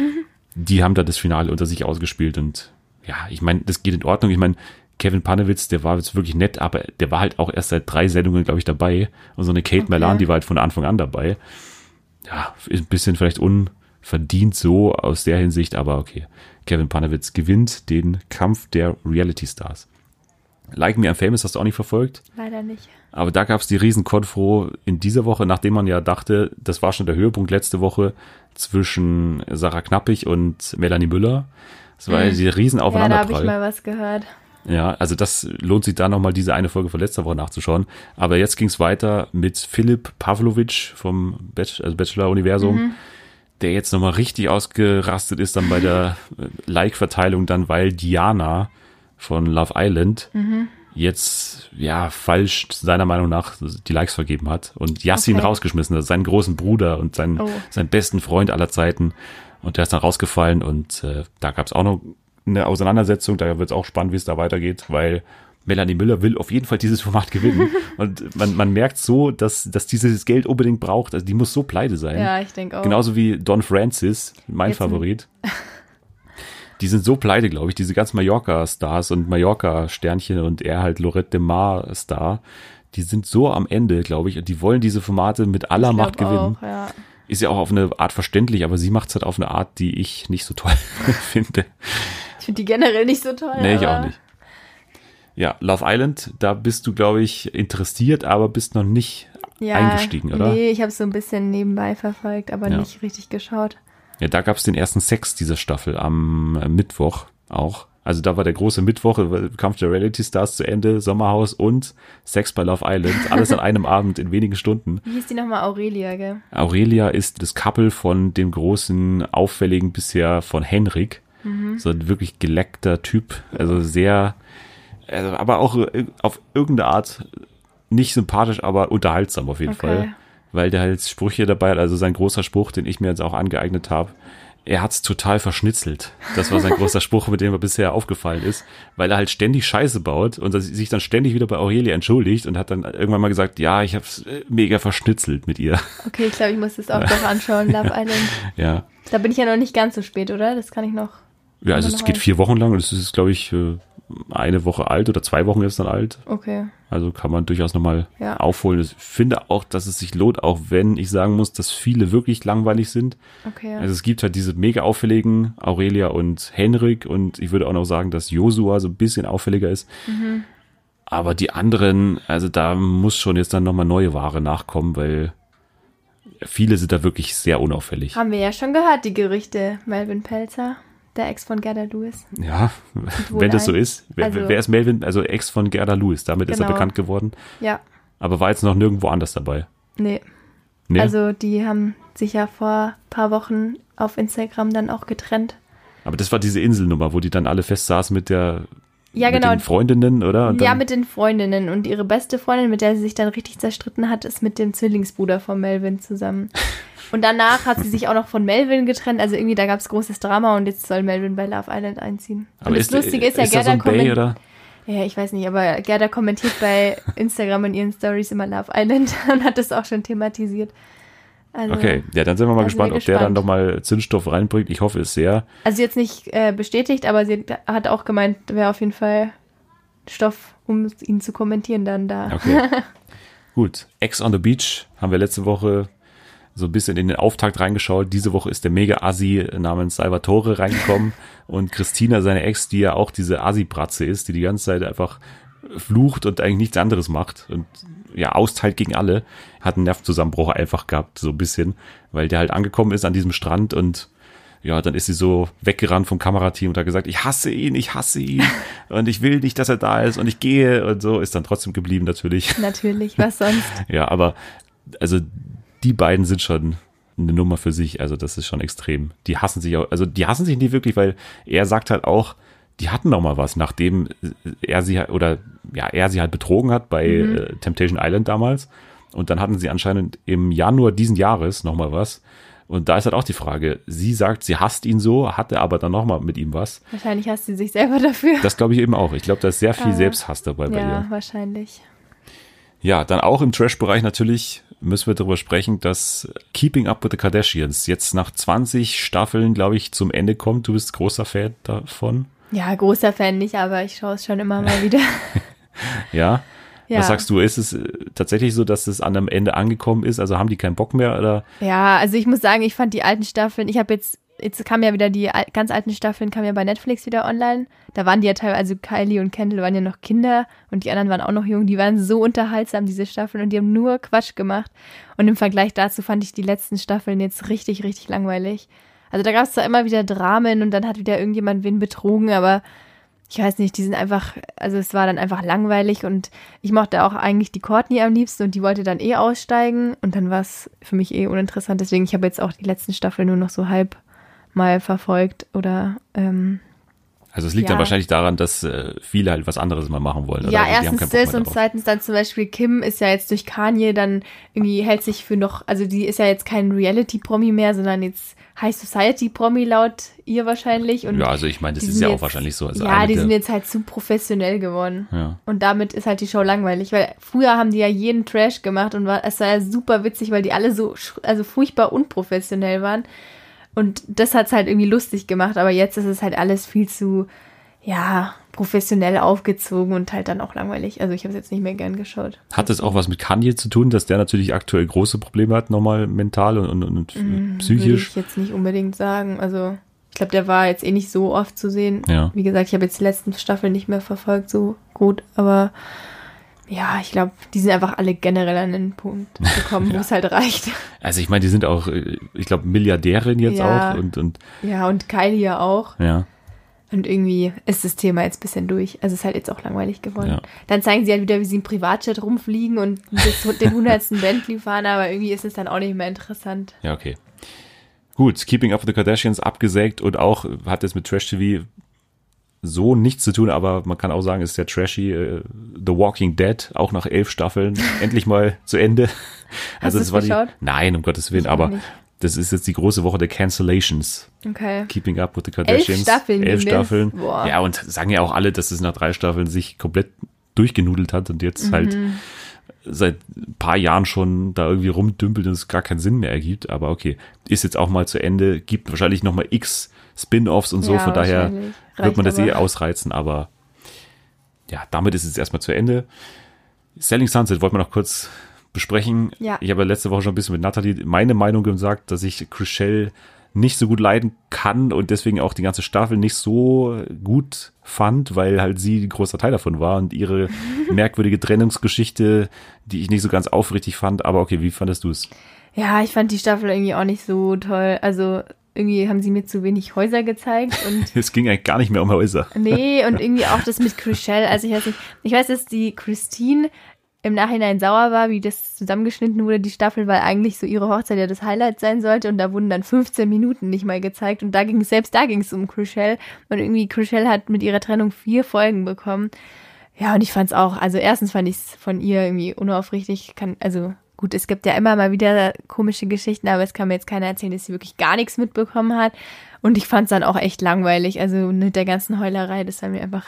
die haben da das Finale unter sich ausgespielt und ja, ich meine, das geht in Ordnung. Ich meine, Kevin Panewitz, der war jetzt wirklich nett, aber der war halt auch erst seit 3 Sendungen, glaube ich, dabei. Und so eine Kate Merlan, die war halt von Anfang an dabei. Ja, ist ein bisschen vielleicht unverdient so aus der Hinsicht, aber okay. Kevin Panewitz gewinnt den Kampf der Reality Stars. Like Me I'm Famous hast du auch nicht verfolgt? Leider nicht. Aber da gab es die Riesenkonfro in dieser Woche, nachdem man ja dachte, das war schon der Höhepunkt letzte Woche zwischen Sarah Knappig und Melanie Müller. Das war ja die riesen Ja, da habe ich Aufeinanderprall. mal was gehört. Ja, also das lohnt sich da nochmal diese eine Folge von letzter Woche nachzuschauen. Aber jetzt ging es weiter mit Philipp Pavlovic vom Bachelor-Universum, der jetzt nochmal richtig ausgerastet ist dann bei der Like-Verteilung dann, weil Diana von Love Island jetzt ja falsch seiner Meinung nach die Likes vergeben hat und Yassin Okay. rausgeschmissen hat, seinen großen Bruder und seinen besten Freund aller Zeiten. Und der ist dann rausgefallen und da gab es auch noch eine Auseinandersetzung, da wird es auch spannend, wie es da weitergeht, weil Melanie Müller will auf jeden Fall dieses Format gewinnen und man merkt so, dass dieses Geld unbedingt braucht, also die muss so pleite sein. Ja, ich denke auch. Genauso wie Don Francis, mein Jetzt Favorit. Die sind so pleite, glaube ich, diese ganzen Mallorca-Stars und Mallorca-Sternchen und er halt Lorette de Mar-Star, die sind so am Ende, glaube ich, und die wollen diese Formate mit aller Ich Macht glaub gewinnen. Auch, ja. Ist ja auch auf eine Art verständlich, aber sie macht es halt auf eine Art, die ich nicht so toll finde. Ich finde die generell nicht so toll. Nee, ich aber auch nicht. Ja, Love Island, da bist du, glaube ich, interessiert, aber bist noch nicht Ja, eingestiegen, oder? Nee, ich habe es so ein bisschen nebenbei verfolgt, aber Ja. nicht richtig geschaut. Ja, da gab es den ersten Sex dieser Staffel am Mittwoch auch. Also da war der große Mittwoch, Kampf der Reality Stars zu Ende, Sommerhaus und Sex bei Love Island. Alles an einem Abend in wenigen Stunden. Wie hieß die nochmal? Aurelia, gell? Aurelia ist das Couple von dem großen, auffälligen bisher von Henrik. So ein wirklich geleckter Typ. Also sehr, also aber auch auf irgendeine Art nicht sympathisch, aber unterhaltsam auf jeden Okay. Fall. Weil der halt Sprüche dabei hat. Also sein großer Spruch, den ich mir jetzt auch angeeignet habe, er hat's total verschnitzelt. Das war sein großer Spruch, mit dem er bisher aufgefallen ist, weil er halt ständig Scheiße baut und sich dann ständig wieder bei Aurelia entschuldigt und hat dann irgendwann mal gesagt, ja, ich hab's mega verschnitzelt mit ihr. Okay, ich glaube, ich muss das auch doch anschauen, Love Island. Ja. Da bin ich ja noch nicht ganz so spät, oder? Das kann ich noch. Ja, also es geht 4 Wochen lang und es ist, glaube ich, 1 Woche alt oder 2 Wochen ist dann alt. Okay. Also kann man durchaus nochmal Ja. aufholen. Ich finde auch, dass es sich lohnt, auch wenn ich sagen muss, dass viele wirklich langweilig sind. Okay. Also es gibt halt diese mega auffälligen Aurelia und Henrik und ich würde auch noch sagen, dass Josua so ein bisschen auffälliger ist. Aber die anderen, also da muss schon jetzt dann nochmal neue Ware nachkommen, weil viele sind da wirklich sehr unauffällig. Haben wir ja schon gehört, die Gerüchte. Melvin Pelzer, der Ex von Gerda Lewis. Ja, wohl wenn das so ein. ist. Wer Also- ist Melvin? Also Ex von Gerda Lewis, damit ist er Genau. bekannt geworden. Ja, Aber war jetzt noch nirgendwo anders dabei. nee. Nee? Also die haben sich ja vor ein paar Wochen auf Instagram dann auch getrennt. Aber das war diese Inselnummer, wo die dann alle fest saßen mit der Ja, mit genau. den Freundinnen, oder? Und Ja, dann, mit den Freundinnen. Und ihre beste Freundin, mit der sie sich dann richtig zerstritten hat, ist mit dem Zwillingsbruder von Melvin zusammen. Und danach hat sie sich auch noch von Melvin getrennt. Also irgendwie, da gab es großes Drama und jetzt soll Melvin bei Love Island einziehen. aber Und das Lustige ist ja, da so Gerda ein Bay, oder? Ja, ich weiß nicht, aber Gerda kommentiert bei Instagram in ihren Stories immer Love Island und hat das auch schon thematisiert. Also, Okay, ja, dann sind wir mal Da sind gespannt, wir ob der dann gespannt. nochmal Zündstoff reinbringt. Ich hoffe es sehr. Also jetzt nicht bestätigt, aber sie hat auch gemeint, wäre auf jeden Fall Stoff, um ihn zu kommentieren dann da. Okay. Gut. Ex on the Beach haben wir letzte Woche so ein bisschen in den Auftakt reingeschaut. Diese Woche ist der Mega-Assi namens Salvatore reingekommen und Christina, seine Ex, die ja auch diese Assi-Bratze ist, die ganze Zeit einfach flucht und eigentlich nichts anderes macht und ja, austeilt gegen alle, hat einen Nervenzusammenbruch einfach gehabt, so ein bisschen, weil der halt angekommen ist an diesem Strand und ja, dann ist sie so weggerannt vom Kamerateam und hat gesagt, ich hasse ihn und ich will nicht, dass er da ist und ich gehe und so, ist dann trotzdem geblieben natürlich. Natürlich, was sonst? Ja, aber also die beiden sind schon eine Nummer für sich, also das ist schon extrem. Die hassen sich auch, also die hassen sich nicht wirklich, weil er sagt halt auch, die hatten noch mal was, nachdem er sie halt betrogen hat bei Temptation Island damals und dann hatten sie anscheinend im Januar diesen Jahres noch mal was. Und da ist halt auch die Frage, sie sagt, sie hasst ihn so, hatte aber dann nochmal mit ihm was. Wahrscheinlich hasst sie sich selber dafür. Das glaube ich eben auch. Ich glaube, da ist sehr viel Selbsthass dabei bei Ja, ihr. wahrscheinlich. Ja, dann auch im Trash-Bereich natürlich müssen wir darüber sprechen, dass Keeping Up with the Kardashians jetzt nach 20 Staffeln, glaube ich, zum Ende kommt. Du bist großer Fan davon. Ja, großer Fan nicht, aber ich schaue es schon immer mal wieder. Ja? Ja. Was sagst du, ist es tatsächlich so, dass es an einem Ende angekommen ist? Also haben die keinen Bock mehr? Oder? Ja, also ich muss sagen, ich fand die alten Staffeln, jetzt kamen ja wieder die ganz alten Staffeln, kamen ja bei Netflix wieder online. Da waren die ja teilweise, also Kylie und Kendall waren ja noch Kinder und die anderen waren auch noch jung. Die waren so unterhaltsam, diese Staffeln, und die haben nur Quatsch gemacht. Und im Vergleich dazu fand ich die letzten Staffeln jetzt richtig, richtig langweilig. Also da gab es zwar immer wieder Dramen und dann hat wieder irgendjemand wen betrogen, aber ich weiß nicht, die sind einfach, also es war dann einfach langweilig und ich mochte auch eigentlich die Courtney am liebsten und die wollte dann aussteigen und dann war es für mich uninteressant. Deswegen, ich habe jetzt auch die letzten Staffeln nur noch so halb mal verfolgt oder Also es liegt Ja. dann wahrscheinlich daran, dass viele halt was anderes mal machen wollen. Oder? ja, Also die haben erstens keinen Bock das mehr und drauf. zweitens dann zum Beispiel Kim ist ja jetzt durch Kanye dann irgendwie hält sich für noch, also die ist ja jetzt kein Reality-Promi mehr, sondern jetzt High Society-Promi laut ihr wahrscheinlich. Und Ja, also ich meine, das die ist sind ja auch jetzt- wahrscheinlich so. Also ja, eine die der- sind jetzt halt zu professionell geworden. Ja. Und damit ist halt die Show langweilig, weil früher haben die ja jeden Trash gemacht und es war ja super witzig, weil die alle so also furchtbar unprofessionell waren. Und das hat's halt irgendwie lustig gemacht, aber jetzt ist es halt alles viel zu, ja, professionell aufgezogen und halt dann auch langweilig. Also ich habe es jetzt nicht mehr gern geschaut. Hat es auch was mit Kanye zu tun, dass der natürlich aktuell große Probleme hat, nochmal mental und Würde psychisch? ich jetzt nicht unbedingt sagen. Also ich glaube, der war jetzt nicht so oft zu sehen. Ja. Wie gesagt, ich habe jetzt die letzten Staffeln nicht mehr verfolgt, so gut, aber ja, ich glaube, die sind einfach alle generell an den Punkt gekommen, wo es halt reicht. Also ich meine, die sind auch, ich glaube, Milliardärin jetzt Ja. auch und Ja, und Kylie ja auch. ja. Und irgendwie ist das Thema jetzt ein bisschen durch. Also es ist halt jetzt auch langweilig geworden. Ja. Dann zeigen sie halt wieder, wie sie im Privatjet rumfliegen und den 100. Bentley fahren, aber irgendwie ist es dann auch nicht mehr interessant. Ja, okay. Gut, Keeping Up with the Kardashians abgesägt und auch hat es mit Trash TV so nichts zu tun, aber man kann auch sagen, es ist sehr trashy. The Walking Dead, auch nach 11 Staffeln, endlich mal zu Ende. Hast du's das war geschaut? Nein, um Gottes Willen, Ich auch aber nicht. Das ist jetzt die große Woche der Cancellations. Okay. Keeping Up with the Kardashians. 11 Staffeln. 11 ging das? Staffeln. Boah. Ja, und sagen ja auch alle, dass es nach 3 Staffeln sich komplett durchgenudelt hat und jetzt halt seit ein paar Jahren schon da irgendwie rumdümpelt und es gar keinen Sinn mehr ergibt. Aber okay, ist jetzt auch mal zu Ende. Gibt wahrscheinlich nochmal x Spin-Offs und so. Ja, Von daher wahrscheinlich. wird man das Reicht eh aber. ausreizen. Aber ja, damit ist es erstmal zu Ende. Selling Sunset wollten wir noch kurz besprechen. Ja. Ich habe ja letzte Woche schon ein bisschen mit Nathalie meine Meinung gesagt, dass ich Chrishell nicht so gut leiden kann und deswegen auch die ganze Staffel nicht so gut fand, weil halt sie ein großer Teil davon war und ihre merkwürdige Trennungsgeschichte, die ich nicht so ganz aufrichtig fand. Aber okay, wie fandest du es? Ja, ich fand die Staffel irgendwie auch nicht so toll. Also irgendwie haben sie mir zu wenig Häuser gezeigt und Es ging eigentlich gar nicht mehr um Häuser. nee, und irgendwie auch das mit Chrishell. Also ich weiß, dass die Christine im Nachhinein sauer war, wie das zusammengeschnitten wurde, die Staffel, weil eigentlich so ihre Hochzeit ja das Highlight sein sollte und da wurden dann 15 Minuten nicht mal gezeigt und selbst da ging es um Chrishell und irgendwie Chrishell hat mit ihrer Trennung 4 Folgen bekommen. Ja, und ich fand's auch, also erstens fand ich es von ihr irgendwie unaufrichtig, also gut, es gibt ja immer mal wieder komische Geschichten, aber es kann mir jetzt keiner erzählen, dass sie wirklich gar nichts mitbekommen hat und ich fand's dann auch echt langweilig, also mit der ganzen Heulerei, das war mir einfach,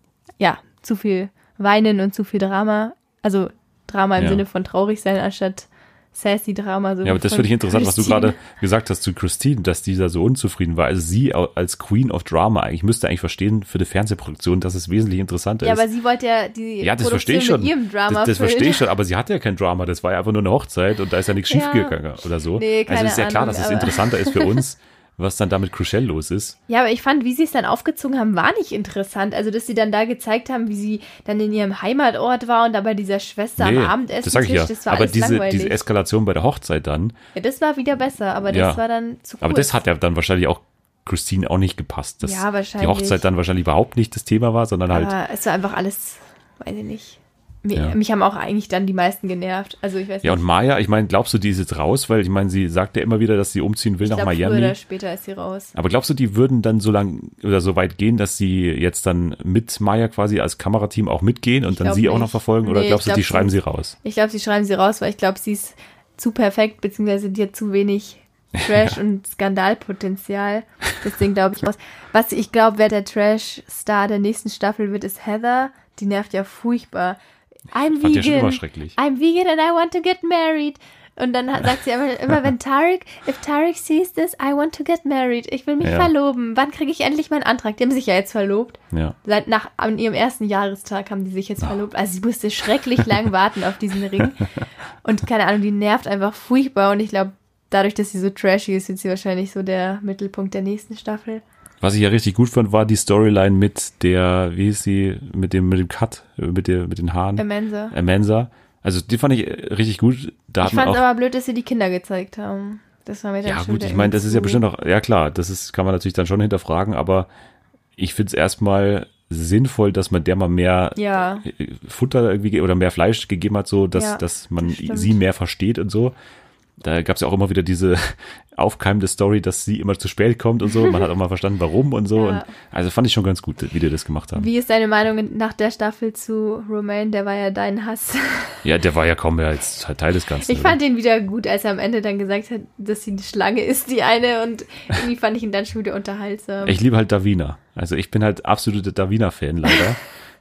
ja, zu viel Weinen und zu viel Drama. Also Drama im Ja. Sinne von traurig sein, anstatt sassy Drama. So Ja, aber das von finde ich interessant, was du Christine. gerade gesagt hast zu Christine, dass die da so unzufrieden war. Also sie als Queen of Drama eigentlich müsste eigentlich verstehen für eine Fernsehproduktion, dass es wesentlich interessanter Ja, ist. aber sie wollte ja die Ja, das verstehe ich schon. mit ihrem Drama Das füllen. verstehe ich schon, aber sie hatte ja kein Drama. Das war ja einfach nur eine Hochzeit und da ist ja nichts Ja. schiefgegangen oder so. Nee, keine also ist ja klar, Ahnung, dass es aber- interessanter ist für uns, was dann da mit Chrishell los ist. Ja, aber ich fand, wie sie es dann aufgezogen haben, war nicht interessant. Also, dass sie dann da gezeigt haben, wie sie dann in ihrem Heimatort war und da bei dieser Schwester am Abendessen. das sage ich ja. Das war Aber alles diese langweilig. Eskalation bei der Hochzeit dann, Ja, das war wieder besser, aber das Ja. war dann zu kurz. aber das hat ja dann wahrscheinlich auch Christine auch nicht gepasst. Dass Ja, wahrscheinlich. die Hochzeit dann wahrscheinlich überhaupt nicht das Thema war, sondern halt, Aber es war einfach alles, weiß ich nicht. Ja. Mich haben auch eigentlich dann die meisten genervt. Also, ich weiß ja, nicht. und Maya, ich meine, glaubst du, die ist jetzt raus? Weil ich meine, sie sagt ja immer wieder, dass sie umziehen will Ich nach glaub, früher Miami. oder später ist sie raus. Aber glaubst du, die würden dann so lang oder so weit gehen, dass sie jetzt dann mit Maya quasi als Kamerateam auch mitgehen und Ich dann glaub sie auch noch nicht. verfolgen? Oder Nee, glaubst ich du, die glaub, schreiben sie- sie raus? Ich glaube, sie schreiben sie raus, weil ich glaube, sie ist zu perfekt, beziehungsweise die hat zu wenig Trash- und Skandalpotenzial. Deswegen glaube ich raus. Was ich glaube, wer der Trash-Star der nächsten Staffel wird, ist Heather. Die nervt ja furchtbar. I'm Fand ich ja schon immer vegan. schrecklich. I'm vegan and I want to get married. Und dann sagt sie immer wenn if Tarek sees this, I want to get married. Ich will mich Ja. verloben. Wann kriege ich endlich meinen Antrag? Die haben sich ja jetzt verlobt. Ja. An ihrem ersten Jahrestag haben die sich jetzt verlobt. Also sie musste schrecklich lang warten auf diesen Ring. Und keine Ahnung, die nervt einfach furchtbar. Und ich glaube, dadurch, dass sie so trashy ist, wird sie wahrscheinlich so der Mittelpunkt der nächsten Staffel. Was ich ja richtig gut fand, war die Storyline mit der, wie hieß sie, mit dem Cut, mit den Haaren. Amanza. Also die fand ich richtig gut. Da Ich hat man fand es auch, aber blöd, dass sie die Kinder gezeigt haben. Das war mir dann ja schon gut, wieder ich meine, das ist ja irgendwie bestimmt auch, ja klar, kann man natürlich dann schon hinterfragen, aber ich finde es erstmal sinnvoll, dass man der mal mehr Ja. Futter irgendwie oder mehr Fleisch gegeben hat, so dass, Ja, dass man das stimmt. sie mehr versteht und so. Da gab es ja auch immer wieder diese aufkeimende Story, dass sie immer zu spät kommt und so. Man hat auch mal verstanden, warum und so. Ja. Und also fand ich schon ganz gut, wie die das gemacht haben. Wie ist deine Meinung nach der Staffel zu Romain? Der war ja dein Hass. Ja, der war ja kaum mehr als Teil des Ganzen. Ich fand ihn wieder gut, als er am Ende dann gesagt hat, dass sie eine Schlange ist, die eine. Und irgendwie fand ich ihn dann schon wieder unterhaltsam. Ich liebe halt Davina. Also ich bin halt absoluter Davina-Fan leider.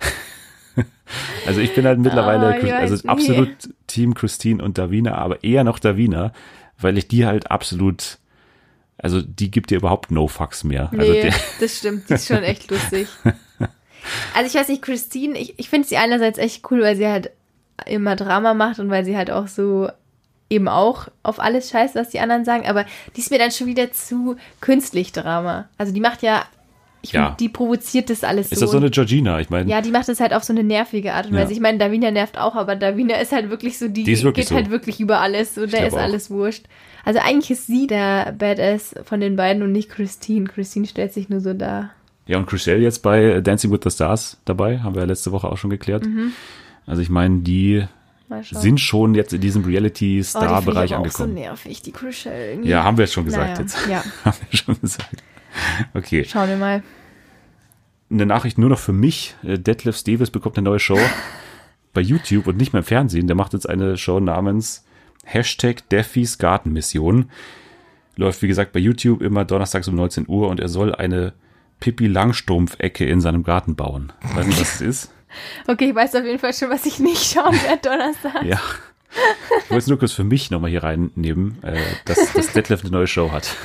Also ich bin halt mittlerweile, ich weiß also nicht. absolut Team Christine und Davina, aber eher noch Davina, weil ich die halt absolut, also die gibt dir überhaupt no fucks mehr. Also Nee, der, das stimmt, die ist schon echt lustig. Also ich weiß nicht, Christine, ich finde sie einerseits echt cool, weil sie halt immer Drama macht und weil sie halt auch so eben auch auf alles scheißt, was die anderen sagen, aber die ist mir dann schon wieder zu künstlich Drama. Also die macht ja, Ja. die provoziert das alles ist so. das so eine Georgina? Ich meine, Ja, die macht das halt auf so eine nervige Art und Ja. Weise. Ich meine, Davina nervt auch, aber Davina ist halt wirklich so, die ist wirklich geht so. halt wirklich über alles. So, der glaub ist auch. alles wurscht. Also eigentlich ist sie der Badass von den beiden und nicht Christine. Christine stellt sich nur so dar. ja, und Chrishell jetzt bei Dancing with the Stars dabei, haben wir ja letzte Woche auch schon geklärt. Also ich meine, die Mal schauen. sind schon jetzt in diesem die Reality-Star-Bereich finde ich aber auch angekommen. so nervig, die Chrishell. irgendwie. Ja, haben wir jetzt schon gesagt Naja, jetzt. ja. Haben wir schon gesagt. Okay. Schauen wir mal. Eine Nachricht nur noch für mich. Detlef Davis bekommt eine neue Show bei YouTube und nicht mehr im Fernsehen. Der macht jetzt eine Show namens #Daffys Gartenmission. Läuft, wie gesagt, bei YouTube immer donnerstags um 19 Uhr und er soll eine Pippi-Langstrumpf-Ecke in seinem Garten bauen. Ich weiß nicht, was es ist. Okay, ich weiß auf jeden Fall schon, was ich nicht schauen werde Donnerstag. Ja. Ich wollte es nur kurz für mich nochmal hier reinnehmen, dass Detlef eine neue Show hat.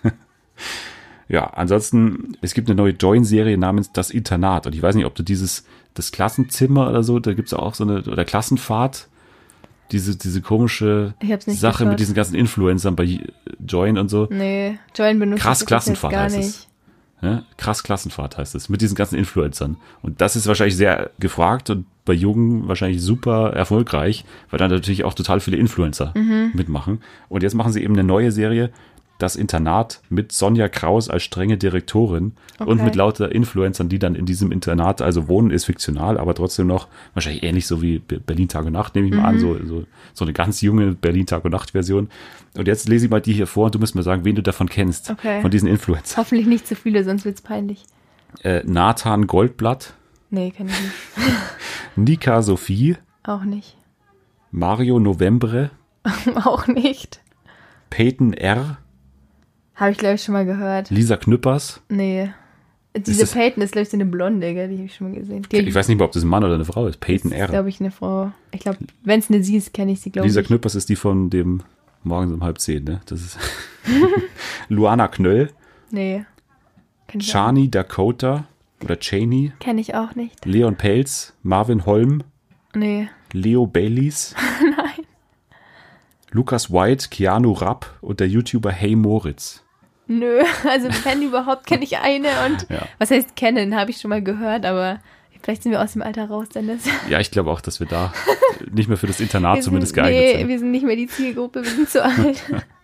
Ja, ansonsten, es gibt eine neue Join-Serie namens Das Internat. Und ich weiß nicht, ob du das Klassenzimmer oder so, da gibt es auch so eine, oder Klassenfahrt, diese komische Ich hab's nicht Sache geschaut. mit diesen ganzen Influencern bei Join und so. Nee, Join benutzt Krass ich Klassenfahrt jetzt gar heißt nicht. es. Ja, krass Klassenfahrt heißt es, mit diesen ganzen Influencern. Und das ist wahrscheinlich sehr gefragt und bei Jungen wahrscheinlich super erfolgreich, weil dann natürlich auch total viele Influencer mitmachen. Und jetzt machen sie eben eine neue Serie, Das Internat, mit Sonja Kraus als strenge Direktorin und Okay. mit lauter Influencern, die dann in diesem Internat also wohnen, ist fiktional, aber trotzdem noch wahrscheinlich ähnlich so wie Berlin Tag und Nacht, nehme ich mal an, so eine ganz junge Berlin Tag und Nacht Version. Und jetzt lese ich mal die hier vor und du musst mir sagen, wen du davon kennst, Okay. von diesen Influencern. Hoffentlich nicht zu viele, sonst wird's peinlich. Nathan Goldblatt, Nee, kenn ich nicht. Nika Sophie, Auch nicht. Mario Novembre, Auch nicht. Peyton R., Habe ich, glaube ich, schon mal gehört. Lisa Knüppers. Nee. Diese das- Peyton ist, glaube ich, so eine Blonde, gell? Die habe ich schon mal gesehen. Die Ich weiß nicht mehr, ob das ein Mann oder eine Frau ist. Peyton ist, R. glaube ich, eine Frau. Ich glaube, wenn es eine sie ist, kenne ich sie, glaube Lisa ich. Knüppers ist die von dem Morgens um 9:30, ne? Das ist Luana Knöll, Nee. Kenn ich auch, Shani Dakota oder Cheney, kenn ich auch nicht. Leon Pelz, Marvin Holm, Nee. Leo Baileys, Nein. Lukas White, Keanu Rapp und der YouTuber Hey Moritz. Nö. Also, wenn überhaupt, kenne ich eine und Ja. was heißt kennen, habe ich schon mal gehört, aber vielleicht sind wir aus dem Alter raus, Dennis. Ja, ich glaube auch, dass wir da nicht mehr für das Internat Wir zumindest sind, geeignet nee, sind. wir sind nicht mehr die Zielgruppe, wir sind zu alt.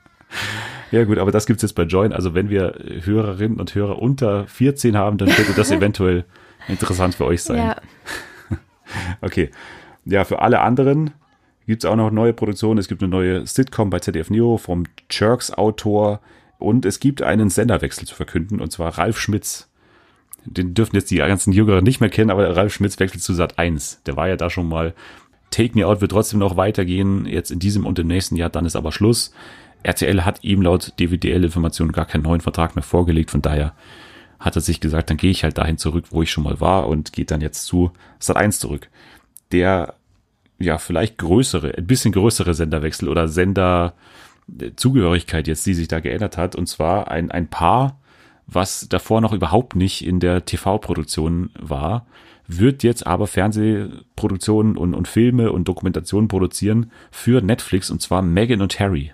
Ja gut, aber das gibt's jetzt bei Join. Also wenn wir Hörerinnen und Hörer unter 14 haben, dann könnte das eventuell interessant für euch sein. Ja. Okay. Ja, für alle anderen gibt's auch noch neue Produktionen. Es gibt eine neue Sitcom bei ZDF Neo vom Jerks-Autor und es gibt einen Senderwechsel zu verkünden, und zwar Ralf Schmitz. Den dürfen jetzt die ganzen Jüngeren nicht mehr kennen, aber Ralf Schmitz wechselt zu Sat.1. Der war ja da schon mal. Take Me Out wird trotzdem noch weitergehen, jetzt in diesem und im nächsten Jahr, dann ist aber Schluss. RTL hat ihm laut DWDL-Informationen gar keinen neuen Vertrag mehr vorgelegt, von daher hat er sich gesagt, dann gehe ich halt dahin zurück, wo ich schon mal war und geht dann jetzt zu Sat.1 zurück. Der, ja, vielleicht ein bisschen größere Senderwechsel oder Senderzugehörigkeit jetzt, die sich da geändert hat, und zwar ein Paar, was davor noch überhaupt nicht in der TV-Produktion war, wird jetzt aber Fernsehproduktionen und Filme und Dokumentationen produzieren für Netflix, und zwar Meghan und Harry.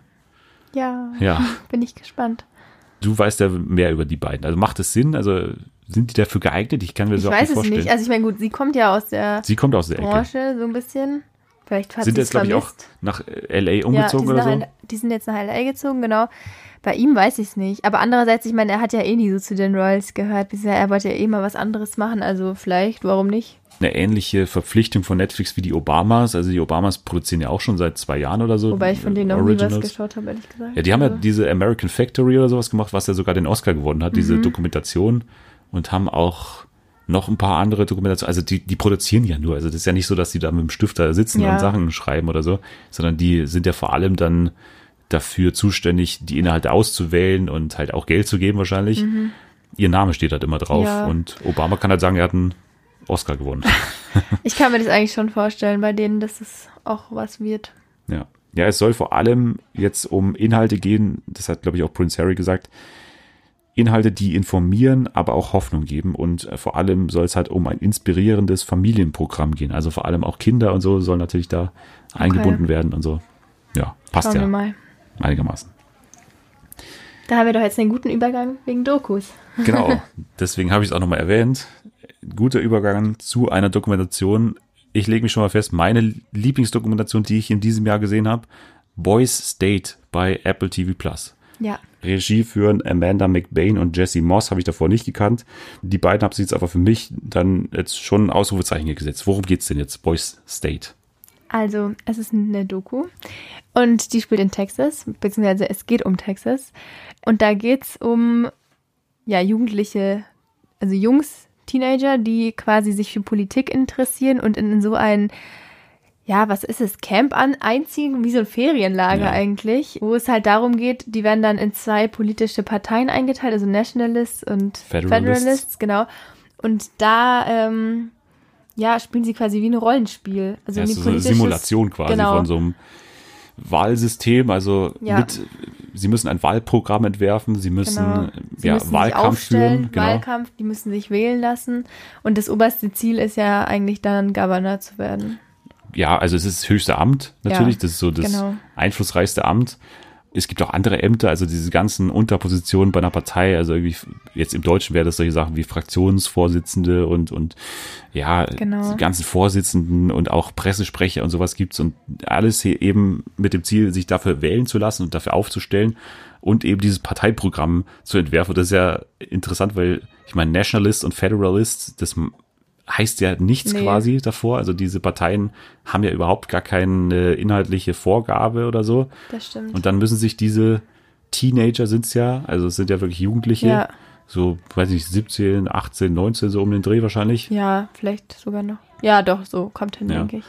Ja. Ja, Bin ich gespannt. du weißt ja mehr über die beiden. Also macht es Sinn? Also sind die dafür geeignet? Ich kann mir Ich so auch weiß nicht es vorstellen. nicht. Also ich meine, gut, sie kommt ja aus der Sie kommt aus der Ecke. Branche, so ein bisschen. Vielleicht hat Sind sie jetzt, es glaube ich, auch vermisst. nach L.A. umgezogen oder so? Die sind jetzt nach LA gezogen, genau. Bei ihm weiß ich es nicht. Aber andererseits, ich meine, er hat ja eh nie so zu den Royals gehört. Bisher, er wollte ja eh mal was anderes machen. Also vielleicht, warum nicht? Eine ähnliche Verpflichtung von Netflix wie die Obamas. Also die Obamas produzieren ja auch schon seit 2 Jahren oder so. Wobei ich von denen noch nie was Originals. geschaut habe, ehrlich gesagt. Ja, die haben ja Also, diese American Factory oder sowas gemacht, was ja sogar den Oscar gewonnen hat, Mhm. diese Dokumentation, und haben auch noch ein paar andere Dokumentationen. Also die produzieren ja nur. Also das ist ja nicht so, dass die da mit dem Stift da sitzen Ja. und Sachen schreiben oder so, sondern die sind ja vor allem dann dafür zuständig, die Inhalte auszuwählen und halt auch Geld zu geben wahrscheinlich. Ihr Name steht halt immer drauf, Ja. und Obama kann halt sagen, er hat einen Oscar gewonnen. ich kann mir das eigentlich schon vorstellen bei denen, dass es auch was wird. Ja. Ja, es soll vor allem jetzt um Inhalte gehen, das hat, glaube ich, auch Prince Harry gesagt, Inhalte, die informieren, aber auch Hoffnung geben, und vor allem soll es halt um ein inspirierendes Familienprogramm gehen. Also vor allem auch Kinder und so sollen natürlich da eingebunden werden und so. Ja, passt Schauen wir ja mal. einigermaßen. Da haben wir doch jetzt einen guten Übergang wegen Dokus. Genau, deswegen habe ich es auch nochmal erwähnt. Guter Übergang zu einer Dokumentation. Ich lege mich schon mal fest, meine Lieblingsdokumentation, die ich in diesem Jahr gesehen habe, Boys State bei Apple TV Plus. Ja. Regie führen Amanda McBain und Jesse Moss, habe ich davor nicht gekannt. Die beiden haben sich jetzt aber für mich dann jetzt schon ein Ausrufezeichen gesetzt. Worum geht's denn jetzt, Boys State? Also, es ist eine Doku und die spielt in Texas, beziehungsweise es geht um Texas. Und da geht's um, ja, Jugendliche, also Jungs, Teenager, die quasi sich für Politik interessieren und in so ein, ja, was ist es, Camp einziehen, wie so ein Ferienlager eigentlich, wo es halt darum geht, die werden dann in 2 politische Parteien eingeteilt, also Nationalists und Federalists, genau. Und da, spielen sie quasi wie ein Rollenspiel. Also Ja, so eine Simulation quasi von so einem Wahlsystem, also sie müssen ein Wahlprogramm entwerfen, sie müssen, Wahlkampf führen. Genau. Wahlkampf, die müssen sich wählen lassen. Und das oberste Ziel ist ja eigentlich dann Governor zu werden. Ja, also es ist das höchste Amt natürlich, das ist so das einflussreichste Amt. Es gibt auch andere Ämter, also diese ganzen Unterpositionen bei einer Partei, also irgendwie jetzt im Deutschen wäre das solche Sachen wie Fraktionsvorsitzende und die ganzen Vorsitzenden und auch Pressesprecher und sowas gibt's und alles hier eben mit dem Ziel, sich dafür wählen zu lassen und dafür aufzustellen und eben dieses Parteiprogramm zu entwerfen. Und das ist ja interessant, weil ich meine, Nationalist und Federalist, das heißt ja nichts quasi davor. Also diese Parteien haben ja überhaupt gar keine inhaltliche Vorgabe oder so. Das stimmt. Und dann müssen sich diese Teenager sind's ja, also es sind ja wirklich Jugendliche, so, weiß nicht, 17, 18, 19, so um den Dreh wahrscheinlich. Ja, vielleicht sogar noch. Ja, doch, so kommt hin, denke ich.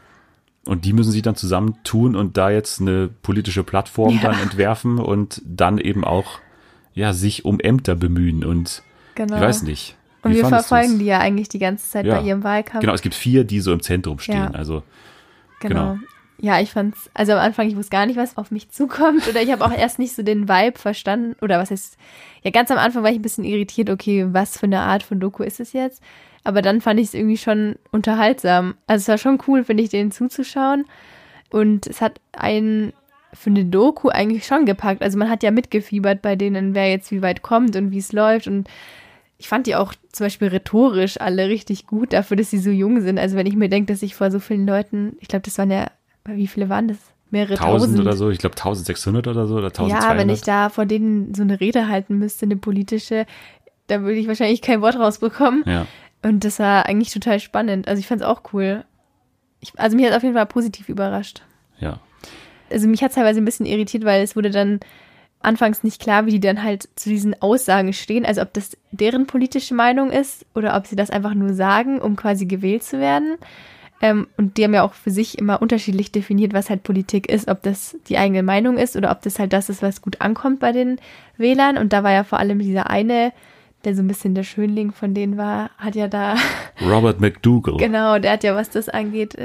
Und die müssen sich dann zusammentun und da jetzt eine politische Plattform dann entwerfen und dann eben auch, sich um Ämter bemühen und ich weiß nicht. Und wir verfolgen die ja eigentlich die ganze Zeit bei ihrem Wahlkampf. Genau, es gibt 4, die so im Zentrum stehen. Ja. Also, genau. Ja, ich fand's, also am Anfang, ich wusste gar nicht, was auf mich zukommt. Oder ich habe auch erst nicht so den Vibe verstanden. Oder was heißt, ganz am Anfang war ich ein bisschen irritiert, okay, was für eine Art von Doku ist es jetzt? Aber dann fand ich es irgendwie schon unterhaltsam. Also es war schon cool, finde ich, denen zuzuschauen. Und es hat einen für eine Doku eigentlich schon gepackt. Also man hat ja mitgefiebert bei denen, wer jetzt wie weit kommt und wie es läuft. Und ich fand die auch zum Beispiel rhetorisch alle richtig gut, dafür, dass sie so jung sind. Also wenn ich mir denke, dass ich vor so vielen Leuten, ich glaube, das waren ja, wie viele waren das? Mehrere 1000 oder so, ich glaube 1600 oder so oder 1200. Ja, wenn ich da vor denen so eine Rede halten müsste, eine politische, da würde ich wahrscheinlich kein Wort rausbekommen. Ja. Und das war eigentlich total spannend. Also ich fand es auch cool. Also mich hat es auf jeden Fall positiv überrascht. Ja. Also mich hat es teilweise ein bisschen irritiert, weil es wurde dann anfangs nicht klar, wie die dann halt zu diesen Aussagen stehen. Also ob das deren politische Meinung ist oder ob sie das einfach nur sagen, um quasi gewählt zu werden. Und die haben ja auch für sich immer unterschiedlich definiert, was halt Politik ist. Ob das die eigene Meinung ist oder ob das halt das ist, was gut ankommt bei den Wählern. Und da war ja vor allem dieser eine, der so ein bisschen der Schönling von denen war, hat ja da... Robert McDougall. Genau, der hat ja, was das angeht,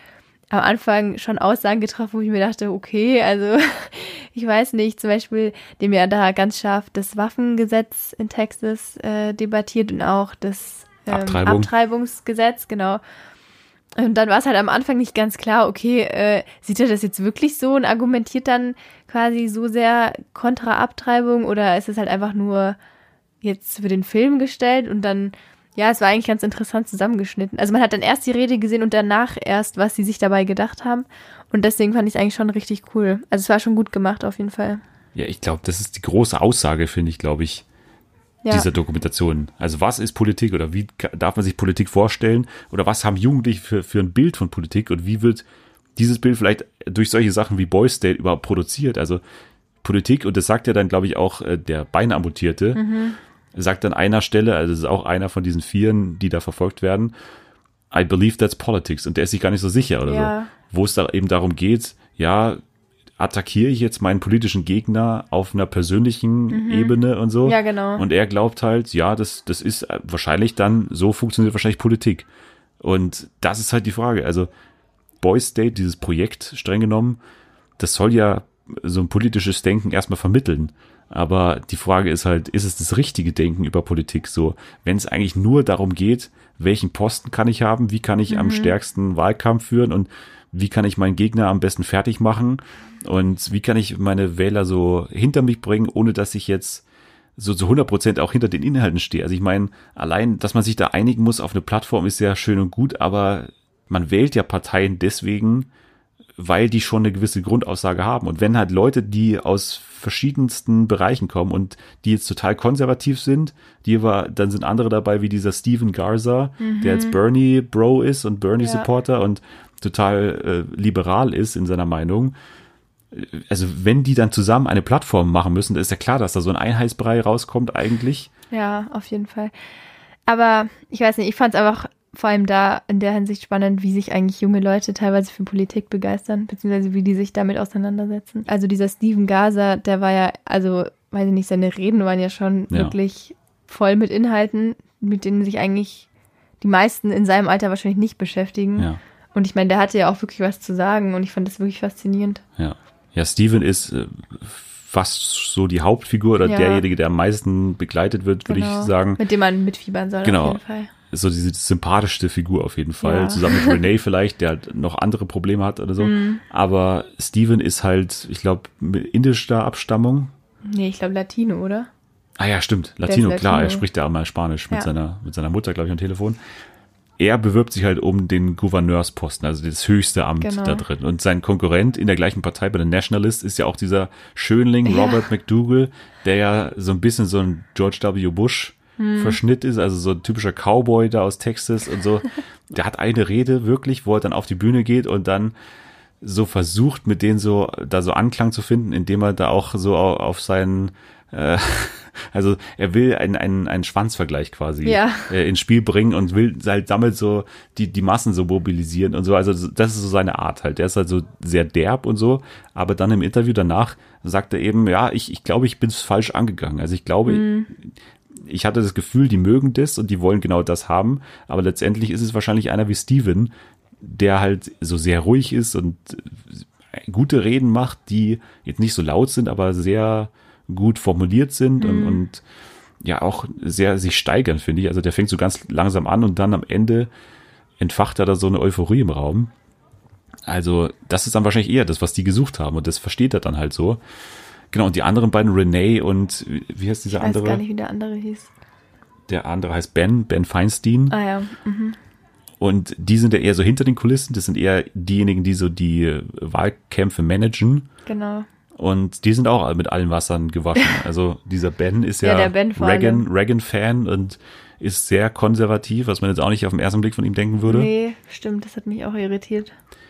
am Anfang schon Aussagen getroffen, wo ich mir dachte, okay, also ich weiß nicht, zum Beispiel, dem ja da ganz scharf das Waffengesetz in Texas debattiert und auch das Abtreibungsgesetz, genau. Und dann war es halt am Anfang nicht ganz klar, okay, sieht er das jetzt wirklich so und argumentiert dann quasi so sehr kontra Abtreibung oder ist es halt einfach nur jetzt für den Film gestellt und dann, ja, es war eigentlich ganz interessant zusammengeschnitten. Also man hat dann erst die Rede gesehen und danach erst, was sie sich dabei gedacht haben und deswegen fand ich es eigentlich schon richtig cool. Also es war schon gut gemacht auf jeden Fall. Ja, ich glaube, das ist die große Aussage, finde ich, glaube ich, dieser Dokumentation. Also was ist Politik oder wie darf man sich Politik vorstellen oder was haben Jugendliche für ein Bild von Politik und wie wird dieses Bild vielleicht durch solche Sachen wie Boys State überhaupt produziert? Also Politik, und das sagt ja dann, glaube ich, auch der Beinamputierte, sagt an einer Stelle, also das ist auch einer von diesen 4, die da verfolgt werden, I believe that's politics. Und der ist sich gar nicht so sicher oder so. Wo es da eben darum geht, attackiere ich jetzt meinen politischen Gegner auf einer persönlichen Ebene und so. Ja, genau. Und er glaubt halt, das ist wahrscheinlich dann, so funktioniert wahrscheinlich Politik. Und das ist halt die Frage. Also Boys State, dieses Projekt streng genommen, das soll ja so ein politisches Denken erstmal vermitteln. Aber die Frage ist halt, ist es das richtige Denken über Politik so? Wenn es eigentlich nur darum geht, welchen Posten kann ich haben, wie kann ich am stärksten Wahlkampf führen und wie kann ich meinen Gegner am besten fertig machen und wie kann ich meine Wähler so hinter mich bringen, ohne dass ich jetzt so zu 100% auch hinter den Inhalten stehe. Also ich meine, allein, dass man sich da einigen muss auf eine Plattform ist ja schön und gut, aber man wählt ja Parteien deswegen, weil die schon eine gewisse Grundaussage haben. Und wenn halt Leute, die aus verschiedensten Bereichen kommen und die jetzt total konservativ sind, dann sind andere dabei wie dieser Steven Garza, der jetzt Bernie Bro ist und Bernie Supporter und total liberal ist in seiner Meinung. Also wenn die dann zusammen eine Plattform machen müssen, ist ja klar, dass da so ein Einheitsbrei rauskommt eigentlich. Ja, auf jeden Fall. Aber ich weiß nicht, ich fand es einfach vor allem da in der Hinsicht spannend, wie sich eigentlich junge Leute teilweise für Politik begeistern, beziehungsweise wie die sich damit auseinandersetzen. Also dieser Steven Gaza, der war ja, also, weiß ich nicht, seine Reden waren ja schon wirklich voll mit Inhalten, mit denen sich eigentlich die meisten in seinem Alter wahrscheinlich nicht beschäftigen. Ja. Und ich meine, der hatte ja auch wirklich was zu sagen und ich fand das wirklich faszinierend. Ja, Steven ist fast so die Hauptfigur oder derjenige, der am meisten begleitet wird, würde ich sagen. Mit dem man mitfiebern soll, genau. auf jeden Fall. Ist so diese sympathischste Figur auf jeden Fall. Zusammen mit Renee vielleicht, der halt noch andere Probleme hat oder so. Aber Steven ist halt, ich glaube, mit indischer Abstammung. Nee, ich glaube Latino, oder? Ah ja, stimmt. Latino, klar. Latino. Er spricht ja auch mal Spanisch mit seiner Mutter, glaube ich, am Telefon. Er bewirbt sich halt um den Gouverneursposten, also das höchste Amt da drin. Und sein Konkurrent in der gleichen Partei bei den Nationalists ist ja auch dieser Schönling Robert McDougall, der ja so ein bisschen so ein George W. Bush Verschnitt ist, also so ein typischer Cowboy da aus Texas und so. Der hat eine Rede wirklich, wo er dann auf die Bühne geht und dann so versucht, mit denen so da so Anklang zu finden, indem er da auch so auf seinen also er will einen Schwanzvergleich quasi ins Spiel bringen und will halt damit so die Massen so mobilisieren und so. Also das ist so seine Art halt. Der ist halt so sehr derb und so, aber dann im Interview danach sagt er eben, ja, ich glaube, ich bin es falsch angegangen. Also ich glaube, ich hatte das Gefühl, die mögen das und die wollen genau das haben, aber letztendlich ist es wahrscheinlich einer wie Steven, der halt so sehr ruhig ist und gute Reden macht, die jetzt nicht so laut sind, aber sehr gut formuliert sind und ja auch sehr sich steigern, finde ich. Also der fängt so ganz langsam an und dann am Ende entfacht er da so eine Euphorie im Raum. Also das ist dann wahrscheinlich eher das, was die gesucht haben und das versteht er dann halt so. Genau, und die anderen beiden, Renee und wie heißt dieser andere? Ich weiß gar nicht, wie der andere hieß. Der andere heißt Ben Feinstein. Ah ja. Und die sind ja eher so hinter den Kulissen. Das sind eher diejenigen, die so die Wahlkämpfe managen. Genau. Und die sind auch mit allen Wassern gewaschen. Also dieser Ben ist ja der Ben Reagan-Fan und ist sehr konservativ, was man jetzt auch nicht auf den ersten Blick von ihm denken würde. Nee, stimmt, das hat mich auch irritiert.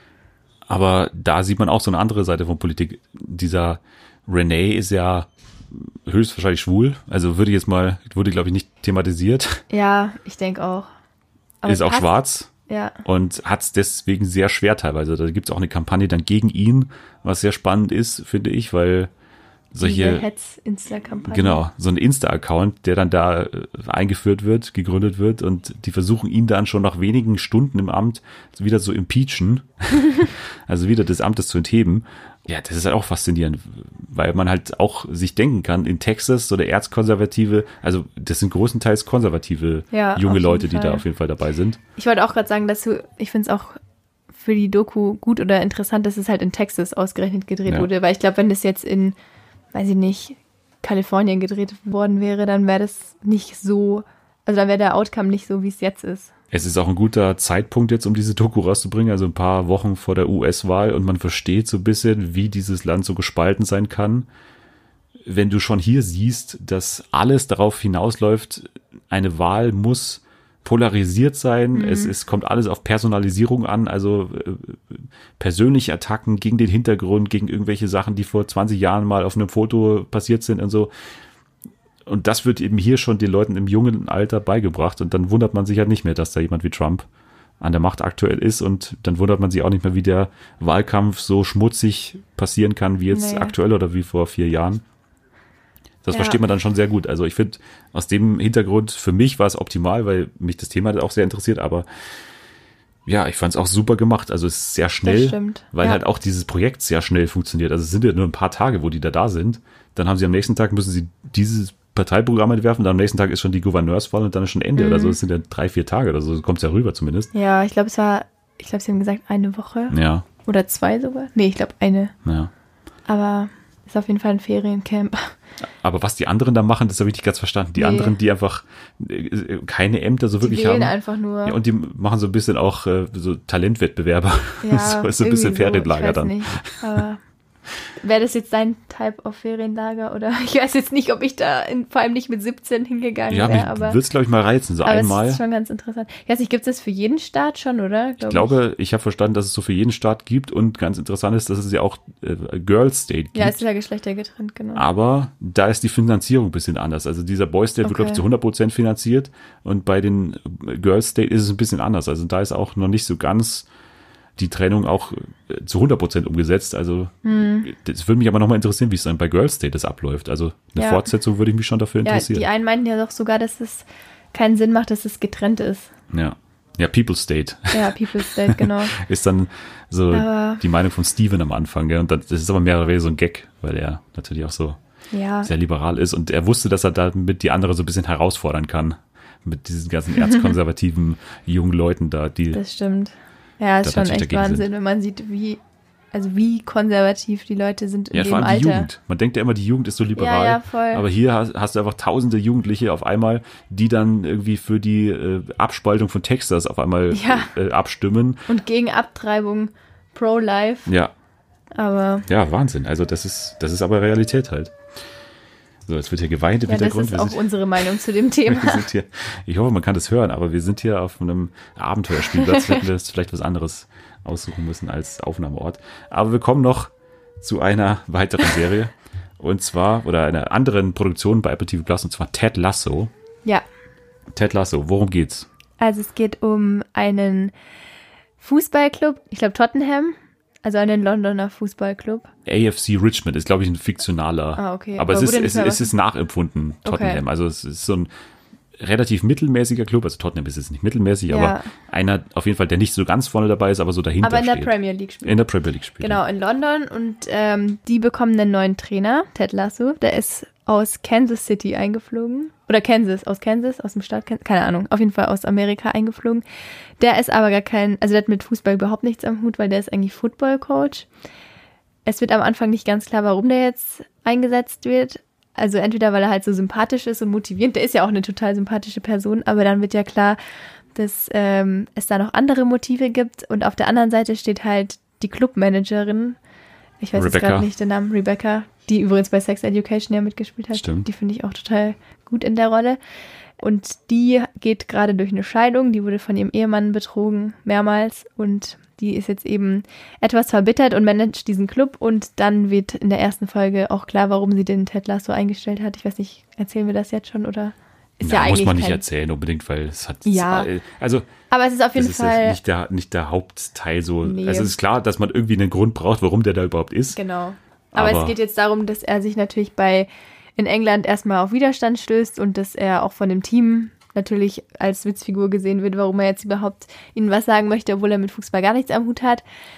Aber da sieht man auch so eine andere Seite von Politik. Dieser Renee ist ja höchstwahrscheinlich schwul. Also wurde, glaube ich, nicht thematisiert. Ja, ich denke auch. Aber ist auch schwarz. Ja. Und hat es deswegen sehr schwer teilweise. Da gibt es auch eine Kampagne dann gegen ihn, was sehr spannend ist, finde ich, weil solche Hetz-Insta-Kampagne. Genau, so ein Insta-Account, der dann da eingeführt wird, gegründet wird und die versuchen ihn dann schon nach wenigen Stunden im Amt wieder zu impeachen, also wieder des Amtes zu entheben. Ja, das ist halt auch faszinierend, weil man halt auch sich denken kann, in Texas so der Erzkonservative, also das sind größtenteils konservative junge Leute, die da auf jeden Fall dabei sind. Ich wollte auch gerade sagen, ich finde es auch für die Doku gut oder interessant, dass es halt in Texas ausgerechnet gedreht wurde, weil ich glaube, wenn das jetzt in, weiß ich nicht, Kalifornien gedreht worden wäre, dann wäre das nicht so, also dann wäre der Outcome nicht so, wie es jetzt ist. Es ist auch ein guter Zeitpunkt jetzt, um diese Doku rauszubringen, also ein paar Wochen vor der US-Wahl und man versteht so ein bisschen, wie dieses Land so gespalten sein kann. Wenn du schon hier siehst, dass alles darauf hinausläuft, eine Wahl muss polarisiert sein, es kommt alles auf Personalisierung an, also persönliche Attacken gegen den Hintergrund, gegen irgendwelche Sachen, die vor 20 Jahren mal auf einem Foto passiert sind und so. Und das wird eben hier schon den Leuten im jungen Alter beigebracht und dann wundert man sich halt nicht mehr, dass da jemand wie Trump an der Macht aktuell ist und dann wundert man sich auch nicht mehr, wie der Wahlkampf so schmutzig passieren kann, wie jetzt aktuell oder wie vor 4 Jahren. Das versteht man dann schon sehr gut. Also ich finde, aus dem Hintergrund, für mich war es optimal, weil mich das Thema auch sehr interessiert, aber ja, ich fand es auch super gemacht. Also es ist sehr schnell, weil halt auch dieses Projekt sehr schnell funktioniert. Also es sind ja nur ein paar Tage, wo die da sind. Dann haben sie am nächsten Tag, müssen sie dieses Parteiprogramm entwerfen, dann am nächsten Tag ist schon die Gouverneurswahl und dann ist schon Ende oder so. Es sind ja 3-4 Tage oder so, kommt es ja rüber zumindest. Ja, ich glaube, sie haben gesagt 1 Woche. Ja. Oder 2 sogar. Nee, ich glaube 1. Ja. Aber ist auf jeden Fall ein Feriencamp. Aber was die anderen da machen, das habe ich nicht ganz verstanden. Die anderen, die einfach keine Ämter so wirklich haben. Die wählen einfach nur. Ja, und die machen so ein bisschen auch so Talentwettbewerbe. Ja, so ist so ein bisschen Ferienlager dann. Nicht, aber wäre das jetzt dein Type of Ferienlager? Oder ich weiß jetzt nicht, ob ich da vor allem nicht mit 17 hingegangen Ja, wäre. mich Aber würde es, glaube ich, mal reizen, so aber einmal. es ist schon ganz interessant. Ich weiß nicht, gibt es das für jeden Staat schon, oder? Ich glaube, ich habe verstanden, dass es so für jeden Staat gibt und ganz interessant ist, dass es ja auch Girls State gibt. Ja, es ist ja geschlechtergetrennt, genau. Aber da ist die Finanzierung ein bisschen anders. Also dieser Boys State wird, glaube ich, zu 100% finanziert und bei den Girls State ist es ein bisschen anders. Also da ist auch noch nicht so ganz die Trennung auch zu 100% umgesetzt. Also das würde mich aber nochmal interessieren, wie es dann bei Girls State das abläuft. Also eine Ja. Fortsetzung würde ich mich schon dafür Ja, interessieren. die einen meinten ja doch sogar, dass es keinen Sinn macht, dass es getrennt ist. Ja, People State Ja, People's State, genau. ist dann so Aber- die Meinung von Steven am Anfang. Gell? Und das ist aber mehr oder weniger so ein Gag, weil er natürlich auch so Ja, sehr liberal ist und er wusste, dass er damit die andere so ein bisschen herausfordern kann. Mit diesen ganzen erzkonservativen jungen Leuten da, die das stimmt. Ja, ist Da schon natürlich echt dagegen Wahnsinn, sind. wenn man sieht, wie konservativ die Leute sind in ja, dem vor allem die Alter. Jugend. Man denkt ja immer, die Jugend ist so liberal. Ja, voll. Aber hier hast du einfach tausende Jugendliche auf einmal, die dann irgendwie für die Abspaltung von Texas auf einmal Ja. abstimmen. Und gegen Abtreibung pro-life. Ja, Aber ja, Wahnsinn. Also das ist aber Realität halt. So, jetzt wird hier geweint im ja, das Hintergrund. ist auch unsere Meinung zu dem Thema. wir sind hier, ich hoffe, man kann das hören, aber wir sind hier auf einem Abenteuerspielplatz. Hätten wir jetzt vielleicht was anderes aussuchen müssen als Aufnahmeort. Aber wir kommen noch zu einer weiteren Serie. Und zwar, oder einer anderen Produktion bei Apple TV Plus, und zwar Ted Lasso. Ja, Ted Lasso, worum geht's? also es geht um einen Fußballclub, ich glaube Tottenham, also einen Londoner Fußballclub. AFC Richmond ist, glaube ich, ein fiktionaler. Ah, okay. Aber Aber es wurde nicht mehr es was- ist nachempfunden, Tottenham. Okay. Also es ist so ein relativ mittelmäßiger Club. Also Tottenham ist jetzt nicht mittelmäßig, Ja. aber einer auf jeden Fall, der nicht so ganz vorne dabei ist, aber so dahinter Aber in der steht. Premier League spielt. In der Premier League spielt. Genau, in London. Und die bekommen einen neuen Trainer, Ted Lasso. Der ist aus Kansas City eingeflogen. Oder aus Kansas, aus dem Staat, keine Ahnung. Auf jeden Fall aus Amerika eingeflogen. Der ist aber gar kein, also der hat mit Fußball überhaupt nichts am Hut, weil der ist eigentlich Football-Coach. Es wird am Anfang nicht ganz klar, warum der jetzt eingesetzt wird. Also entweder, weil er halt so sympathisch ist und motivierend. Der ist ja auch eine total sympathische Person. Aber dann wird ja klar, dass es da noch andere Motive gibt. Und auf der anderen Seite steht halt die Clubmanagerin. Ich weiß jetzt Rebecca. gerade nicht den Namen. Rebecca, die übrigens bei Sex Education ja mitgespielt hat. Stimmt. Die finde ich auch total gut in der Rolle. Und die geht gerade durch eine Scheidung. Die wurde von ihrem Ehemann betrogen, mehrmals. Und die ist jetzt eben etwas verbittert und managt diesen Club. Und dann wird in der ersten Folge auch klar, warum sie den Ted Lasso eingestellt hat. Ich weiß nicht, erzählen wir das jetzt schon oder ist ja, Ja, eigentlich muss man nicht kein... erzählen unbedingt, weil es hat Ja. also Aber es ist auf das jeden ist ja Fall... nicht der Hauptteil so. Nee. Also es ist klar, dass man irgendwie einen Grund braucht, warum der da überhaupt ist. Genau. Aber Aber- es geht jetzt darum, dass er sich natürlich in England erstmal auf Widerstand stößt und dass er auch von dem Team natürlich als Witzfigur gesehen wird, warum er jetzt überhaupt ihnen was sagen möchte, obwohl er mit Fußball gar nichts am Hut hat.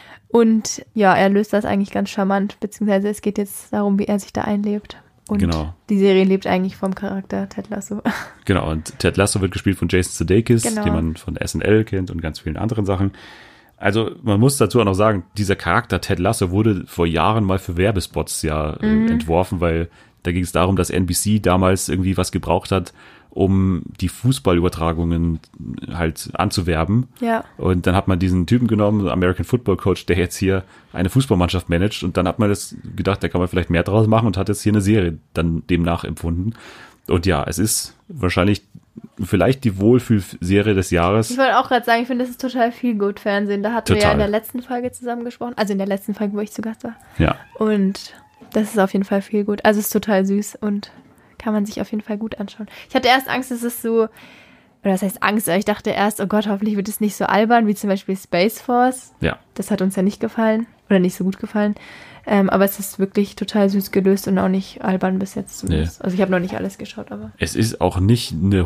Und ja, er löst das eigentlich ganz charmant, beziehungsweise es geht jetzt darum, wie er sich da einlebt. Und Genau. die Serie lebt eigentlich vom Charakter Ted Lasso. Genau, und Ted Lasso wird gespielt von Jason Sudeikis, Genau. den man von SNL kennt und ganz vielen anderen Sachen. Also man muss dazu auch noch sagen, dieser Charakter Ted Lasso wurde vor Jahren mal für Werbespots entworfen, weil da ging es darum, dass NBC damals irgendwie was gebraucht hat, um die Fußballübertragungen halt anzuwerben. Ja. Und dann hat man diesen Typen genommen, American Football Coach, der jetzt hier eine Fußballmannschaft managt. Und dann hat man das gedacht, da kann man vielleicht mehr draus machen und hat jetzt hier eine Serie dann demnach empfunden. Und ja, es ist wahrscheinlich vielleicht die Wohlfühlserie des Jahres. Ich wollte auch gerade sagen, ich finde, das ist total viel Good-Fernsehen. Da hatten wir ja Total. in der letzten Folge zusammen gesprochen. Also in der letzten Folge, wo ich zu Gast war. Ja, Und das ist auf jeden Fall viel gut. Also es ist total süß und kann man sich auf jeden Fall gut anschauen. Ich hatte erst Angst, dass es so, oder das heißt Angst, aber ich dachte erst, oh Gott, hoffentlich wird es nicht so albern, wie zum Beispiel Space Force. ja. Das hat uns ja nicht gefallen oder nicht so gut gefallen. Aber es ist wirklich total süß gelöst und auch nicht albern bis jetzt zumindest. Also ich habe noch nicht alles geschaut, aber Es ist auch nicht eine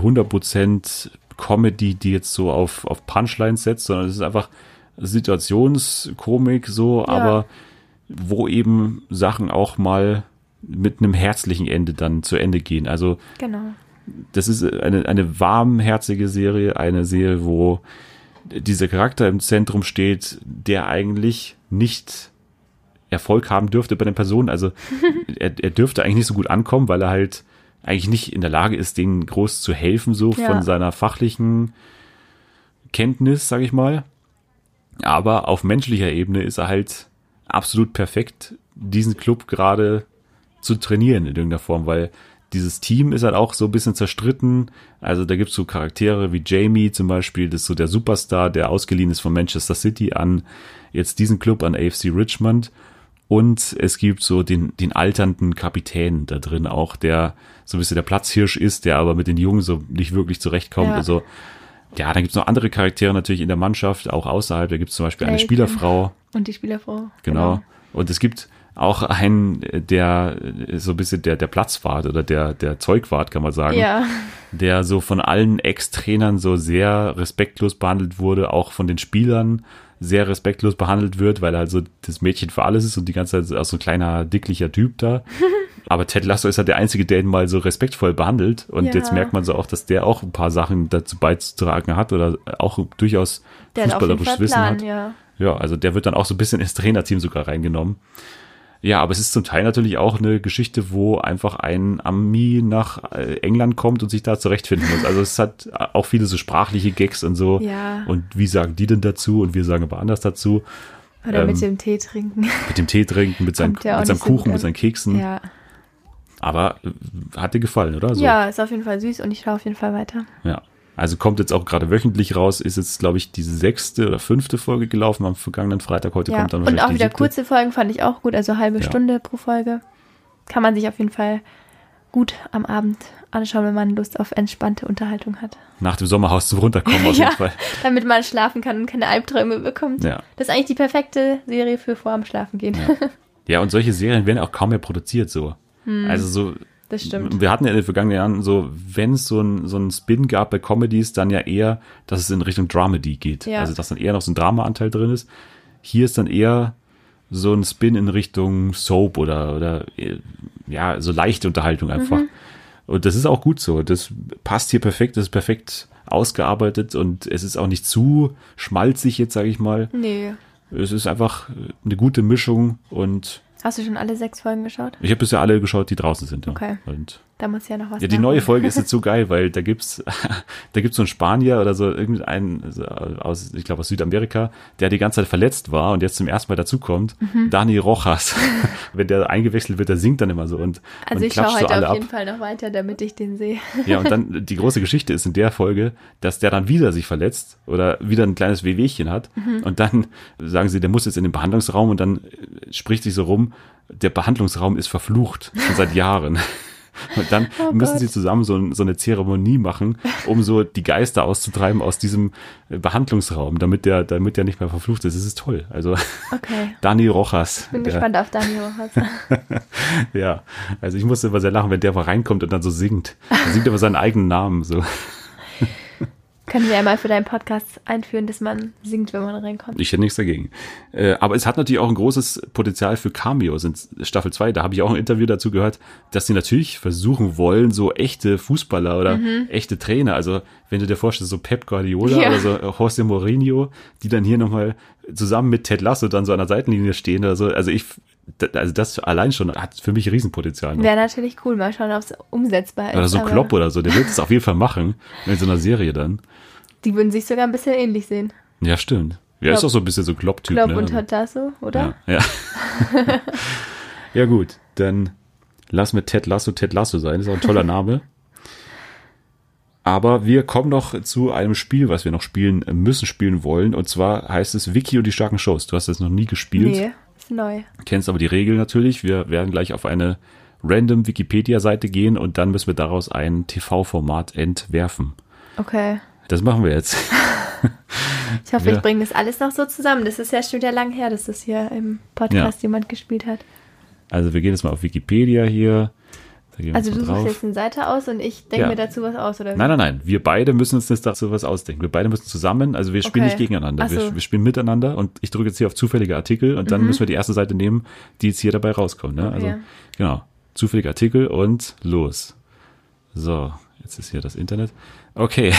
100% Comedy, die jetzt so auf Punchlines setzt, sondern es ist einfach Situationskomik so, aber wo eben Sachen auch mal mit einem herzlichen Ende dann zu Ende gehen. Also genau. das ist eine warmherzige Serie, eine Serie, wo dieser Charakter im Zentrum steht, der eigentlich nicht Erfolg haben dürfte bei den Personen. Also er dürfte eigentlich nicht so gut ankommen, weil er halt eigentlich nicht in der Lage ist, denen groß zu helfen, so Ja. von seiner fachlichen Kenntnis, sag ich mal. Aber auf menschlicher Ebene ist er halt absolut perfekt diesen Club gerade zu trainieren in irgendeiner Form, weil dieses Team ist halt auch so ein bisschen zerstritten. Also da gibt's so Charaktere wie Jamie zum Beispiel, das ist so der Superstar, der ausgeliehen ist von Manchester City an jetzt diesen Club, an AFC Richmond. Und es gibt so den alternden Kapitän da drin auch, der so ein bisschen der Platzhirsch ist, der aber mit den Jungen so nicht wirklich zurechtkommt. Ja. Also ja, dann gibt's noch andere Charaktere natürlich in der Mannschaft, auch außerhalb. Da gibt's zum Beispiel eine Clayton. Spielerfrau. Und die Spielerfrau. Genau. Und es gibt auch einen, der so ein bisschen der Platzwart oder der Zeugwart, kann man sagen, Ja. der so von allen Ex-Trainern so sehr respektlos behandelt wurde, auch von den Spielern sehr respektlos behandelt wird, weil er halt so das Mädchen für alles ist und die ganze Zeit auch so ein kleiner, dicklicher Typ da. Aber Ted Lasso ist halt der Einzige, der ihn mal so respektvoll behandelt. Und Ja. jetzt merkt man so auch, dass der auch ein paar Sachen dazu beizutragen hat oder auch durchaus Der hat auf jeden fußballerisches Fall Wissen Plan, hat. ja. Ja, also der wird dann auch so ein bisschen ins Trainerteam sogar reingenommen. Ja, aber es ist zum Teil natürlich auch eine Geschichte, wo einfach ein Ami nach England kommt und sich da zurechtfinden muss. Also es hat auch viele so sprachliche Gags und so. Ja. Und wie sagen die denn dazu und wir sagen aber anders dazu. Oder mit dem Tee trinken. Mit dem Tee trinken, mit seinem Kommt ja auch Kuchen, nicht so gut mit an. seinen Keksen. Ja. Aber hat dir gefallen, oder? So. Ja, ist auf jeden Fall süß und ich schaue auf jeden Fall weiter. Ja. Also kommt jetzt auch gerade wöchentlich raus, ist jetzt, glaube ich, die 6. oder 5. Folge gelaufen am vergangenen Freitag. Heute Ja. kommt dann Und wahrscheinlich auch die wieder 7. kurze Folgen fand ich auch gut, also halbe Ja. Stunde pro Folge. Kann man sich auf jeden Fall gut am Abend anschauen, wenn man Lust auf entspannte Unterhaltung hat. Nach dem Sommerhaus zum Runterkommen auf jeden Fall. Damit man schlafen kann und keine Albträume bekommt. Ja. Das ist eigentlich die perfekte Serie für vor dem Schlafen gehen. Ja, und solche Serien werden auch kaum mehr produziert so. Also so, Das stimmt. wir hatten ja in den vergangenen Jahren so, wenn es so ein Spin gab bei Comedies, dann ja eher, dass es in Richtung Dramedy geht. Ja. Also dass dann eher noch so ein Drama-Anteil drin ist. Hier ist dann eher so ein Spin in Richtung Soap oder ja, so leichte Unterhaltung einfach. Und das ist auch gut so. Das passt hier perfekt, das ist perfekt ausgearbeitet und es ist auch nicht zu schmalzig jetzt, sage ich mal. Nee. Es ist einfach eine gute Mischung und Hast du schon alle 6 Folgen geschaut? ich habe bisher alle geschaut, die draußen sind. Ja. Okay. Und Da muss ja noch was ja, die nachholen. neue Folge ist jetzt so geil, weil da gibt's so einen Spanier oder so irgendeinen aus, ich glaube aus Südamerika, der die ganze Zeit verletzt war und jetzt zum ersten Mal dazukommt. Dani Rojas. Wenn der eingewechselt wird, der singt dann immer so und Also und ich schaue klatscht so heute alle auf ab. jeden Fall noch weiter, damit ich den sehe. Ja, und dann die große Geschichte ist in der Folge, dass der dann wieder sich verletzt oder wieder ein kleines Wehwehchen hat und dann sagen sie, der muss jetzt in den Behandlungsraum und dann spricht sich so rum, der Behandlungsraum ist verflucht schon seit Jahren. Und dann müssen Gott. sie zusammen so eine Zeremonie machen, um so die Geister auszutreiben aus diesem Behandlungsraum, damit der nicht mehr verflucht ist. Das ist toll. Also Okay. Dani Rojas. Bin der, gespannt auf Dani Rojas. ja, also ich musste immer sehr lachen, wenn der mal reinkommt und dann so singt. Er singt aber seinen eigenen Namen so. Können wir ja mal für deinen Podcast einführen, dass man singt, wenn man reinkommt. Ich hätte nichts dagegen. Aber es hat natürlich auch ein großes Potenzial für Cameos in Staffel 2. Da habe ich auch ein Interview dazu gehört, dass sie natürlich versuchen wollen, so echte Fußballer oder echte Trainer. Also wenn du dir vorstellst, so Pep Guardiola Ja. oder so José Mourinho, die dann hier nochmal zusammen mit Ted Lasso dann so an der Seitenlinie stehen oder so. Also das allein schon hat für mich Riesenpotenzial noch. Wäre natürlich cool. Mal schauen, ob es umsetzbar ist. Oder so aber Klopp oder so, der wird es auf jeden Fall machen, in so einer Serie dann. Die würden sich sogar ein bisschen ähnlich sehen. Ja, stimmt. Ja, ist Klopp. auch so ein bisschen so Klopp-Typ. Klopp ne? und Ted Lasso, oder? Ja. Ja gut, dann lassen wir Ted Lasso sein. Ist auch ein toller Name. Aber wir kommen noch zu einem Spiel, was wir noch spielen wollen. Und zwar heißt es Vicky und die starken Shows. Du hast das noch nie gespielt. Nee, ist neu. Kennst aber die Regeln natürlich. Wir werden gleich auf eine random Wikipedia-Seite gehen und dann müssen wir daraus ein TV-Format entwerfen. Okay. Das machen wir jetzt. Ich hoffe, Ja. ich bringe das alles noch so zusammen. Das ist ja schon wieder lang her, dass das hier im Podcast jemand gespielt hat. Also wir gehen jetzt mal auf Wikipedia hier. Da gehen wir Also jetzt du mal suchst drauf. jetzt eine Seite aus und ich denke Ja. mir dazu was aus, oder wie? Nein. Wir beide müssen uns jetzt dazu was ausdenken. Wir beide müssen zusammen, also wir spielen Okay. nicht gegeneinander. Ach so. Wir spielen miteinander und ich drücke jetzt hier auf zufällige Artikel und dann müssen wir die erste Seite nehmen, die jetzt hier dabei rauskommt. Ne? Also, Okay. genau. Zufällige Artikel und los. So, jetzt ist hier das Internet. Okay.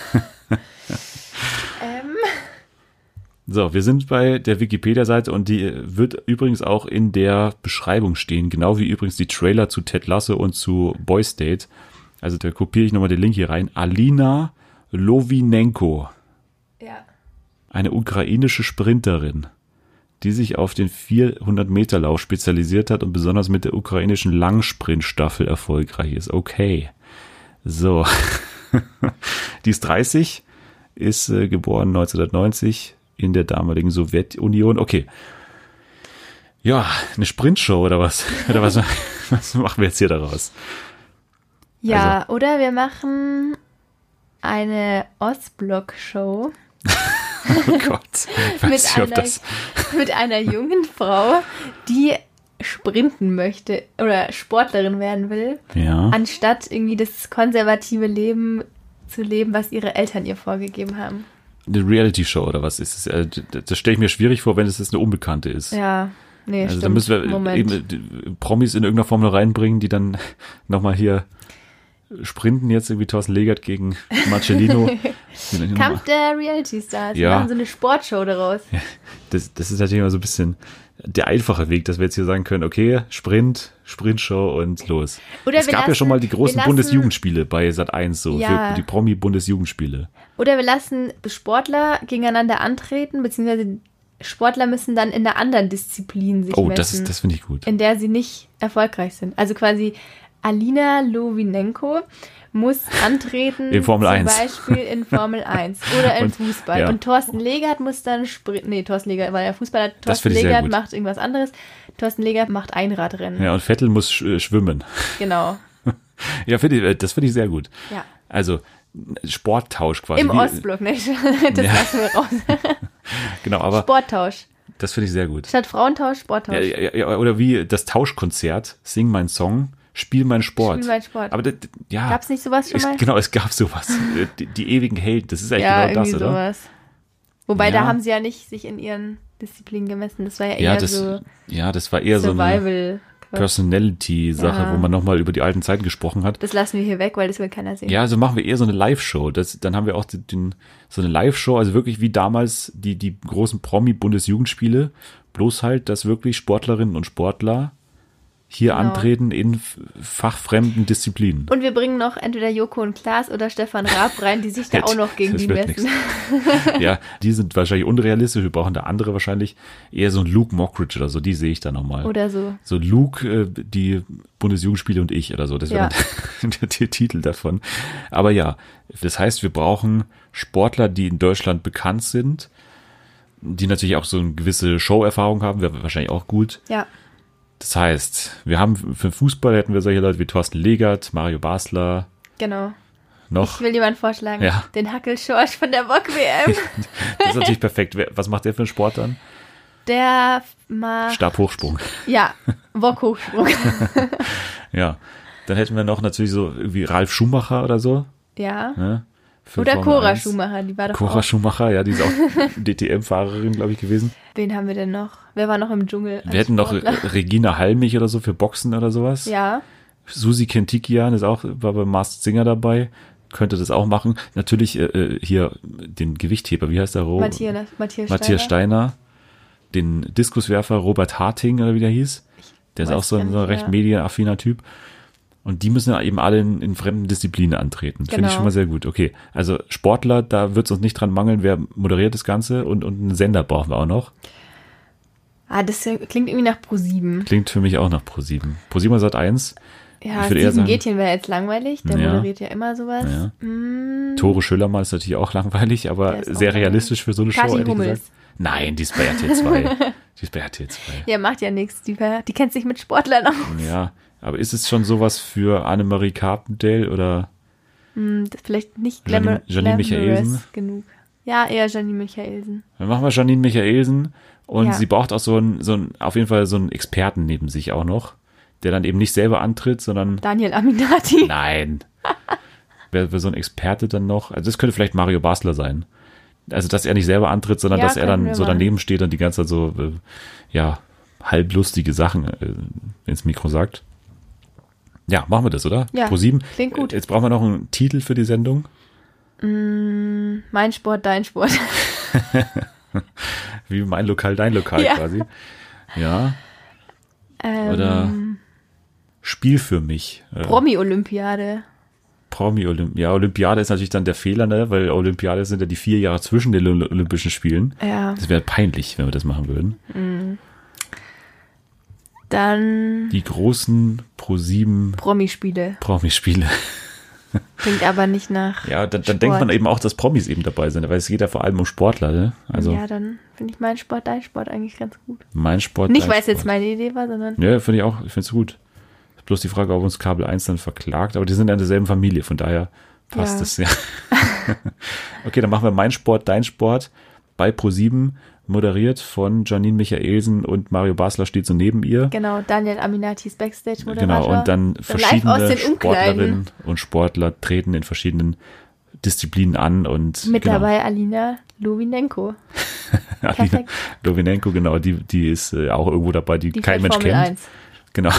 So, wir sind bei der Wikipedia-Seite und die wird übrigens auch in der Beschreibung stehen, genau wie übrigens die Trailer zu Ted Lasso und zu Boys State. Also da kopiere ich nochmal den Link hier rein. Alina Lovinenko, Ja. eine ukrainische Sprinterin, die sich auf den 400-Meter-Lauf spezialisiert hat und besonders mit der ukrainischen Langsprintstaffel erfolgreich ist. Okay. So. Die ist 30, ist geboren 1990 in der damaligen Sowjetunion. Okay. Ja, eine Sprintshow oder was? Oder was machen wir jetzt hier daraus? Ja, oder wir machen eine Ostblock-Show. Oh Gott. Ich weiß nicht, ob das... mit einer jungen Frau, die sprinten möchte oder Sportlerin werden will, Ja. anstatt irgendwie das konservative Leben zu leben, was ihre Eltern ihr vorgegeben haben. Eine Reality-Show oder was ist es? Das stelle ich mir schwierig vor, wenn es jetzt eine Unbekannte ist. Ja, nee, Also stimmt. da müssen wir Moment. eben Promis in irgendeiner Form noch reinbringen, die dann nochmal hier sprinten, jetzt irgendwie Thorsten Legert gegen Marcellino. Kampf der Reality-Stars. Wir Ja. machen so eine Sportshow daraus. Das ist natürlich immer so ein bisschen der einfache Weg, dass wir jetzt hier sagen können, okay, Sprintshow und los. Oder Es wir gab ja schon lassen- mal die großen wir lassen- Bundesjugendspiele bei Sat.1 so, Ja. für die Promi-Bundesjugendspiele. Oder wir lassen Sportler gegeneinander antreten, beziehungsweise Sportler müssen dann in einer anderen Disziplin sich Oh, messen, das finde ich gut. in der sie nicht erfolgreich sind. Also quasi Alina Lowinenko muss antreten, In Formel zum 1. Beispiel in Formel 1 oder in Und- Fußball. ja. Und Thorsten Legert muss dann sprinten. Nee, Thorsten Legert war ja Fußballer. Das Thorsten finde ich sehr Legert gut. macht irgendwas anderes. Thorsten Legert macht Einradrennen. Ja, und Vettel muss schwimmen. Genau. Ja, das finde ich sehr gut. Ja. Also Sporttausch quasi. Im Wie- Ostblock, nicht? Das Ja. lassen wir raus. Genau, aber Sporttausch. das finde ich sehr gut. Statt Frauentausch, Sporttausch. Ja, oder wie das Tauschkonzert, Sing mein Song, Spiel mein Sport. Spiel mein Sport. Aber ja. Gab's nicht sowas schon mal? Genau, es gab sowas. Die ewigen Helden, das ist eigentlich Ja, genau das, irgendwie oder? sowas. Wobei, Ja. da haben sie ja nicht sich in ihren Disziplinen gemessen. Das war ja Ja, eher das so war eher so eine Survival. Personality-Sache, Ja. wo man nochmal über die alten Zeiten gesprochen hat. Das lassen wir hier weg, weil das will keiner sehen. Ja, also machen wir eher so eine Live-Show. Dann haben wir auch so eine Live-Show, also wirklich wie damals die großen Promi-Bundesjugendspiele, bloß halt, dass wirklich Sportlerinnen und Sportler hier Genau. antreten in fachfremden Disziplinen. Und wir bringen noch entweder Joko und Klaas oder Stefan Raab rein, die sich da auch noch gegen Das die wird messen. nix. Ja, die sind wahrscheinlich unrealistisch. Wir brauchen da andere wahrscheinlich. Eher so ein Luke Mockridge oder so, die sehe ich da nochmal. Oder so. So Luke, die Bundesjugendspiele und ich oder so. Das wäre dann der Titel davon. Aber ja, das heißt, wir brauchen Sportler, die in Deutschland bekannt sind, die natürlich auch so eine gewisse Show-Erfahrung haben, wäre wahrscheinlich auch gut. Ja. Das heißt, wir haben für Fußball hätten wir solche Leute wie Thorsten Legert, Mario Basler, Genau. noch. Ich will jemanden vorschlagen. Ja. Den Hackel-Schorsch von der Bock-WM. Das ist natürlich perfekt. Was macht der für einen Sport dann? Der macht, Stabhochsprung. ja, Bock-Hochsprung. Ja. Dann hätten wir noch natürlich so irgendwie Ralf Schumacher oder so. Ja. Ne? Für Oder Formel Cora 1. Schumacher, die war doch Cora auch. Schumacher, ja, die ist auch DTM-Fahrerin, glaube ich, gewesen. Wen haben wir denn noch? Wer war noch im Dschungel? als Wir hätten noch Sportler? Regina Halmich oder so für Boxen oder sowas. Ja, Susi Kentikian war bei Masked Singer dabei. Könnte das auch machen. Natürlich hier den Gewichtheber, wie heißt der? Matthias Steiner. Den Diskuswerfer Robert Harting oder wie der hieß. Der ist weiß auch so ein gar nicht, recht ja. medienaffiner Typ. Und die müssen ja eben alle in fremden Disziplinen antreten. Finde ich Genau. schon mal sehr gut. Okay, also Sportler, da wird es uns nicht dran mangeln, wer moderiert das Ganze und einen Sender brauchen wir auch noch. Ah, das klingt irgendwie nach Pro7. Klingt für mich auch nach Pro7. Pro7 Sat.1. Ja, Ich würde eher Steven sagen- Gätchen wäre jetzt langweilig. Der Ja. moderiert ja immer sowas. Ja. Mm, Tore Schüllermann ist natürlich auch langweilig, aber Der ist auch sehr langweilig. realistisch für so eine Show, Kathi ehrlich Hummels. gesagt. Nein, die ist bei RTL 2. Die ist bei RTL 2. Der macht ja nichts. Die kennt sich mit Sportlern aus. Ja, aber ist es schon sowas für Annemarie Carpendale oder Vielleicht nicht Janine glamorous Michaelsen? genug. Ja, eher Janine Michaelsen. dann machen wir Janine Michaelsen und Ja. sie braucht auch auf jeden Fall so einen Experten neben sich auch noch, der dann eben nicht selber antritt, sondern Daniel Aminati. nein. Wer so ein Experte dann noch? Also das könnte vielleicht Mario Basler sein. Also dass er nicht selber antritt, sondern Ja, dass er könnten dann wir so machen. daneben steht und die ganze Zeit so halblustige Sachen ins Mikro sagt. Ja, machen wir das, oder? Ja, Pro7. klingt gut. Jetzt brauchen wir noch einen Titel für die Sendung. Mein Sport, dein Sport. Wie mein Lokal, dein Lokal Ja. quasi. Ja. Oder Spiel für mich. Promi-Olympiade. Olympiade ist natürlich dann der Fehler, ne? Weil Olympiade sind ja die 4 Jahre zwischen den Olympischen Spielen. Ja. Das wäre peinlich, wenn wir das machen würden. Dann Die großen Pro7 Promispiele. Klingt aber nicht nach Ja, dann Sport. denkt man eben auch, dass Promis eben dabei sind, weil es geht ja vor allem um Sportler, ne? Also Ja, dann finde ich meinen Sport, dein Sport eigentlich ganz gut. mein Sport. Nicht, dein weil es jetzt Sport. meine Idee war, sondern Ja, finde ich auch, ich finde es gut. Ist bloß die Frage, ob uns Kabel 1 dann verklagt, aber die sind ja in derselben Familie, von daher passt Ja. es ja. Okay, dann machen wir mein Sport, dein Sport bei Pro7, moderiert von Janine Michaelsen und Mario Basler steht so neben ihr. genau, Daniel Aminatis Backstage-Moderator. Genau, und dann Live aus verschiedene den Sportlerinnen und Sportler treten in verschiedenen Disziplinen an und Mit genau, dabei Alina Lowinenko. Alina Perfekt. Lowinenko, genau, die ist auch irgendwo dabei, die kein fährt Mensch Formel kennt. 1. Genau.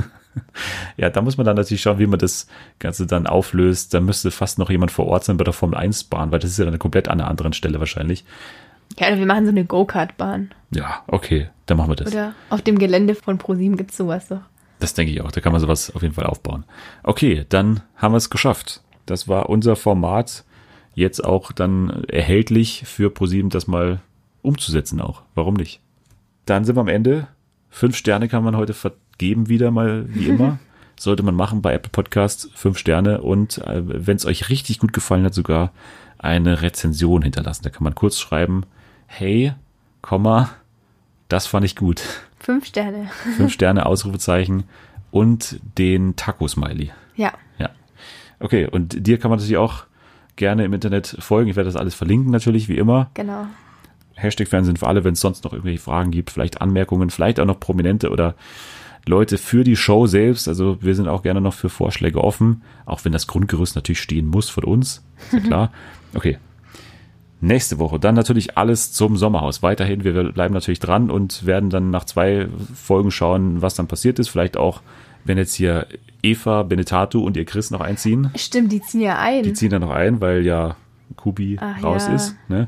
Ja, da muss man dann natürlich schauen, wie man das Ganze dann auflöst. Da müsste fast noch jemand vor Ort sein bei der Formel 1 Bahn, weil das ist ja dann komplett an einer anderen Stelle wahrscheinlich. Ja, oder wir machen so eine Go-Kart-Bahn. Ja, okay, dann machen wir das. Oder auf dem Gelände von ProSieben gibt's sowas doch. Das denke ich auch, da kann man sowas auf jeden Fall aufbauen. Okay, dann haben wir es geschafft. Das war unser Format, jetzt auch dann erhältlich für ProSieben, das mal umzusetzen auch. Warum nicht? Dann sind wir am Ende. 5 Sterne kann man heute vergeben wieder mal, wie immer. Sollte man machen bei Apple Podcasts, 5 Sterne und wenn es euch richtig gut gefallen hat, sogar eine Rezension hinterlassen. Da kann man kurz schreiben, hey, Komma, das fand ich gut. 5 Sterne. 5 Sterne, Ausrufezeichen und den Taco-Smiley. Ja. Ja. Okay, und dir kann man natürlich auch gerne im Internet folgen. Ich werde das alles verlinken natürlich, wie immer. Genau. Hashtag Fernsehen für alle, wenn es sonst noch irgendwelche Fragen gibt, vielleicht Anmerkungen, vielleicht auch noch Prominente oder Leute für die Show selbst. Also wir sind auch gerne noch für Vorschläge offen, auch wenn das Grundgerüst natürlich stehen muss von uns. Ist ja klar. Okay. Nächste Woche dann natürlich alles zum Sommerhaus. Weiterhin, wir bleiben natürlich dran und werden dann nach 2 Folgen schauen, was dann passiert ist. Vielleicht auch, wenn jetzt hier Eva Benetatu und ihr Chris noch einziehen. Stimmt, die ziehen ja ein. Die ziehen dann noch ein, weil ja Kubi Ach raus ja. ist. Ne?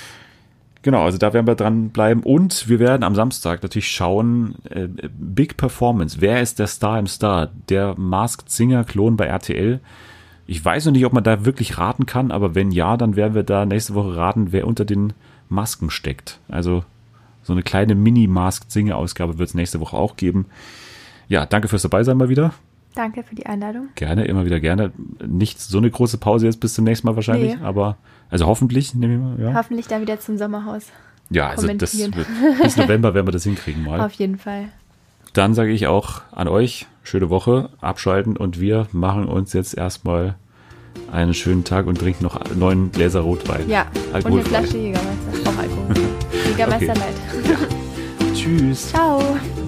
Genau, also da werden wir dranbleiben. Und wir werden am Samstag natürlich schauen, Big Performance. Wer ist der Star im Star? Der Masked Singer-Klon bei RTL. Ich weiß noch nicht, ob man da wirklich raten kann, aber wenn ja, dann werden wir da nächste Woche raten, wer unter den Masken steckt. Also so eine kleine Mini-Masked Singer-Ausgabe wird es nächste Woche auch geben. Ja, danke fürs Dabeisein mal wieder. Danke für die Einladung. Gerne, immer wieder gerne. Nicht so eine große Pause jetzt bis zum nächsten Mal wahrscheinlich, Nee. aber also hoffentlich, nehme ich mal. Ja, Hoffentlich dann wieder zum Sommerhaus. ja also das kommentieren. wird, bis November werden wir das hinkriegen mal. Auf jeden Fall. Dann sage ich auch an euch, schöne Woche, abschalten und wir machen uns jetzt erstmal einen schönen Tag und trinken noch 9 Gläser Rotwein. Ja, und eine Alkoholfrei. Flasche Jägermeister. Auch Alkohol. Jägermeister Okay. Light. Tschüss. Ciao.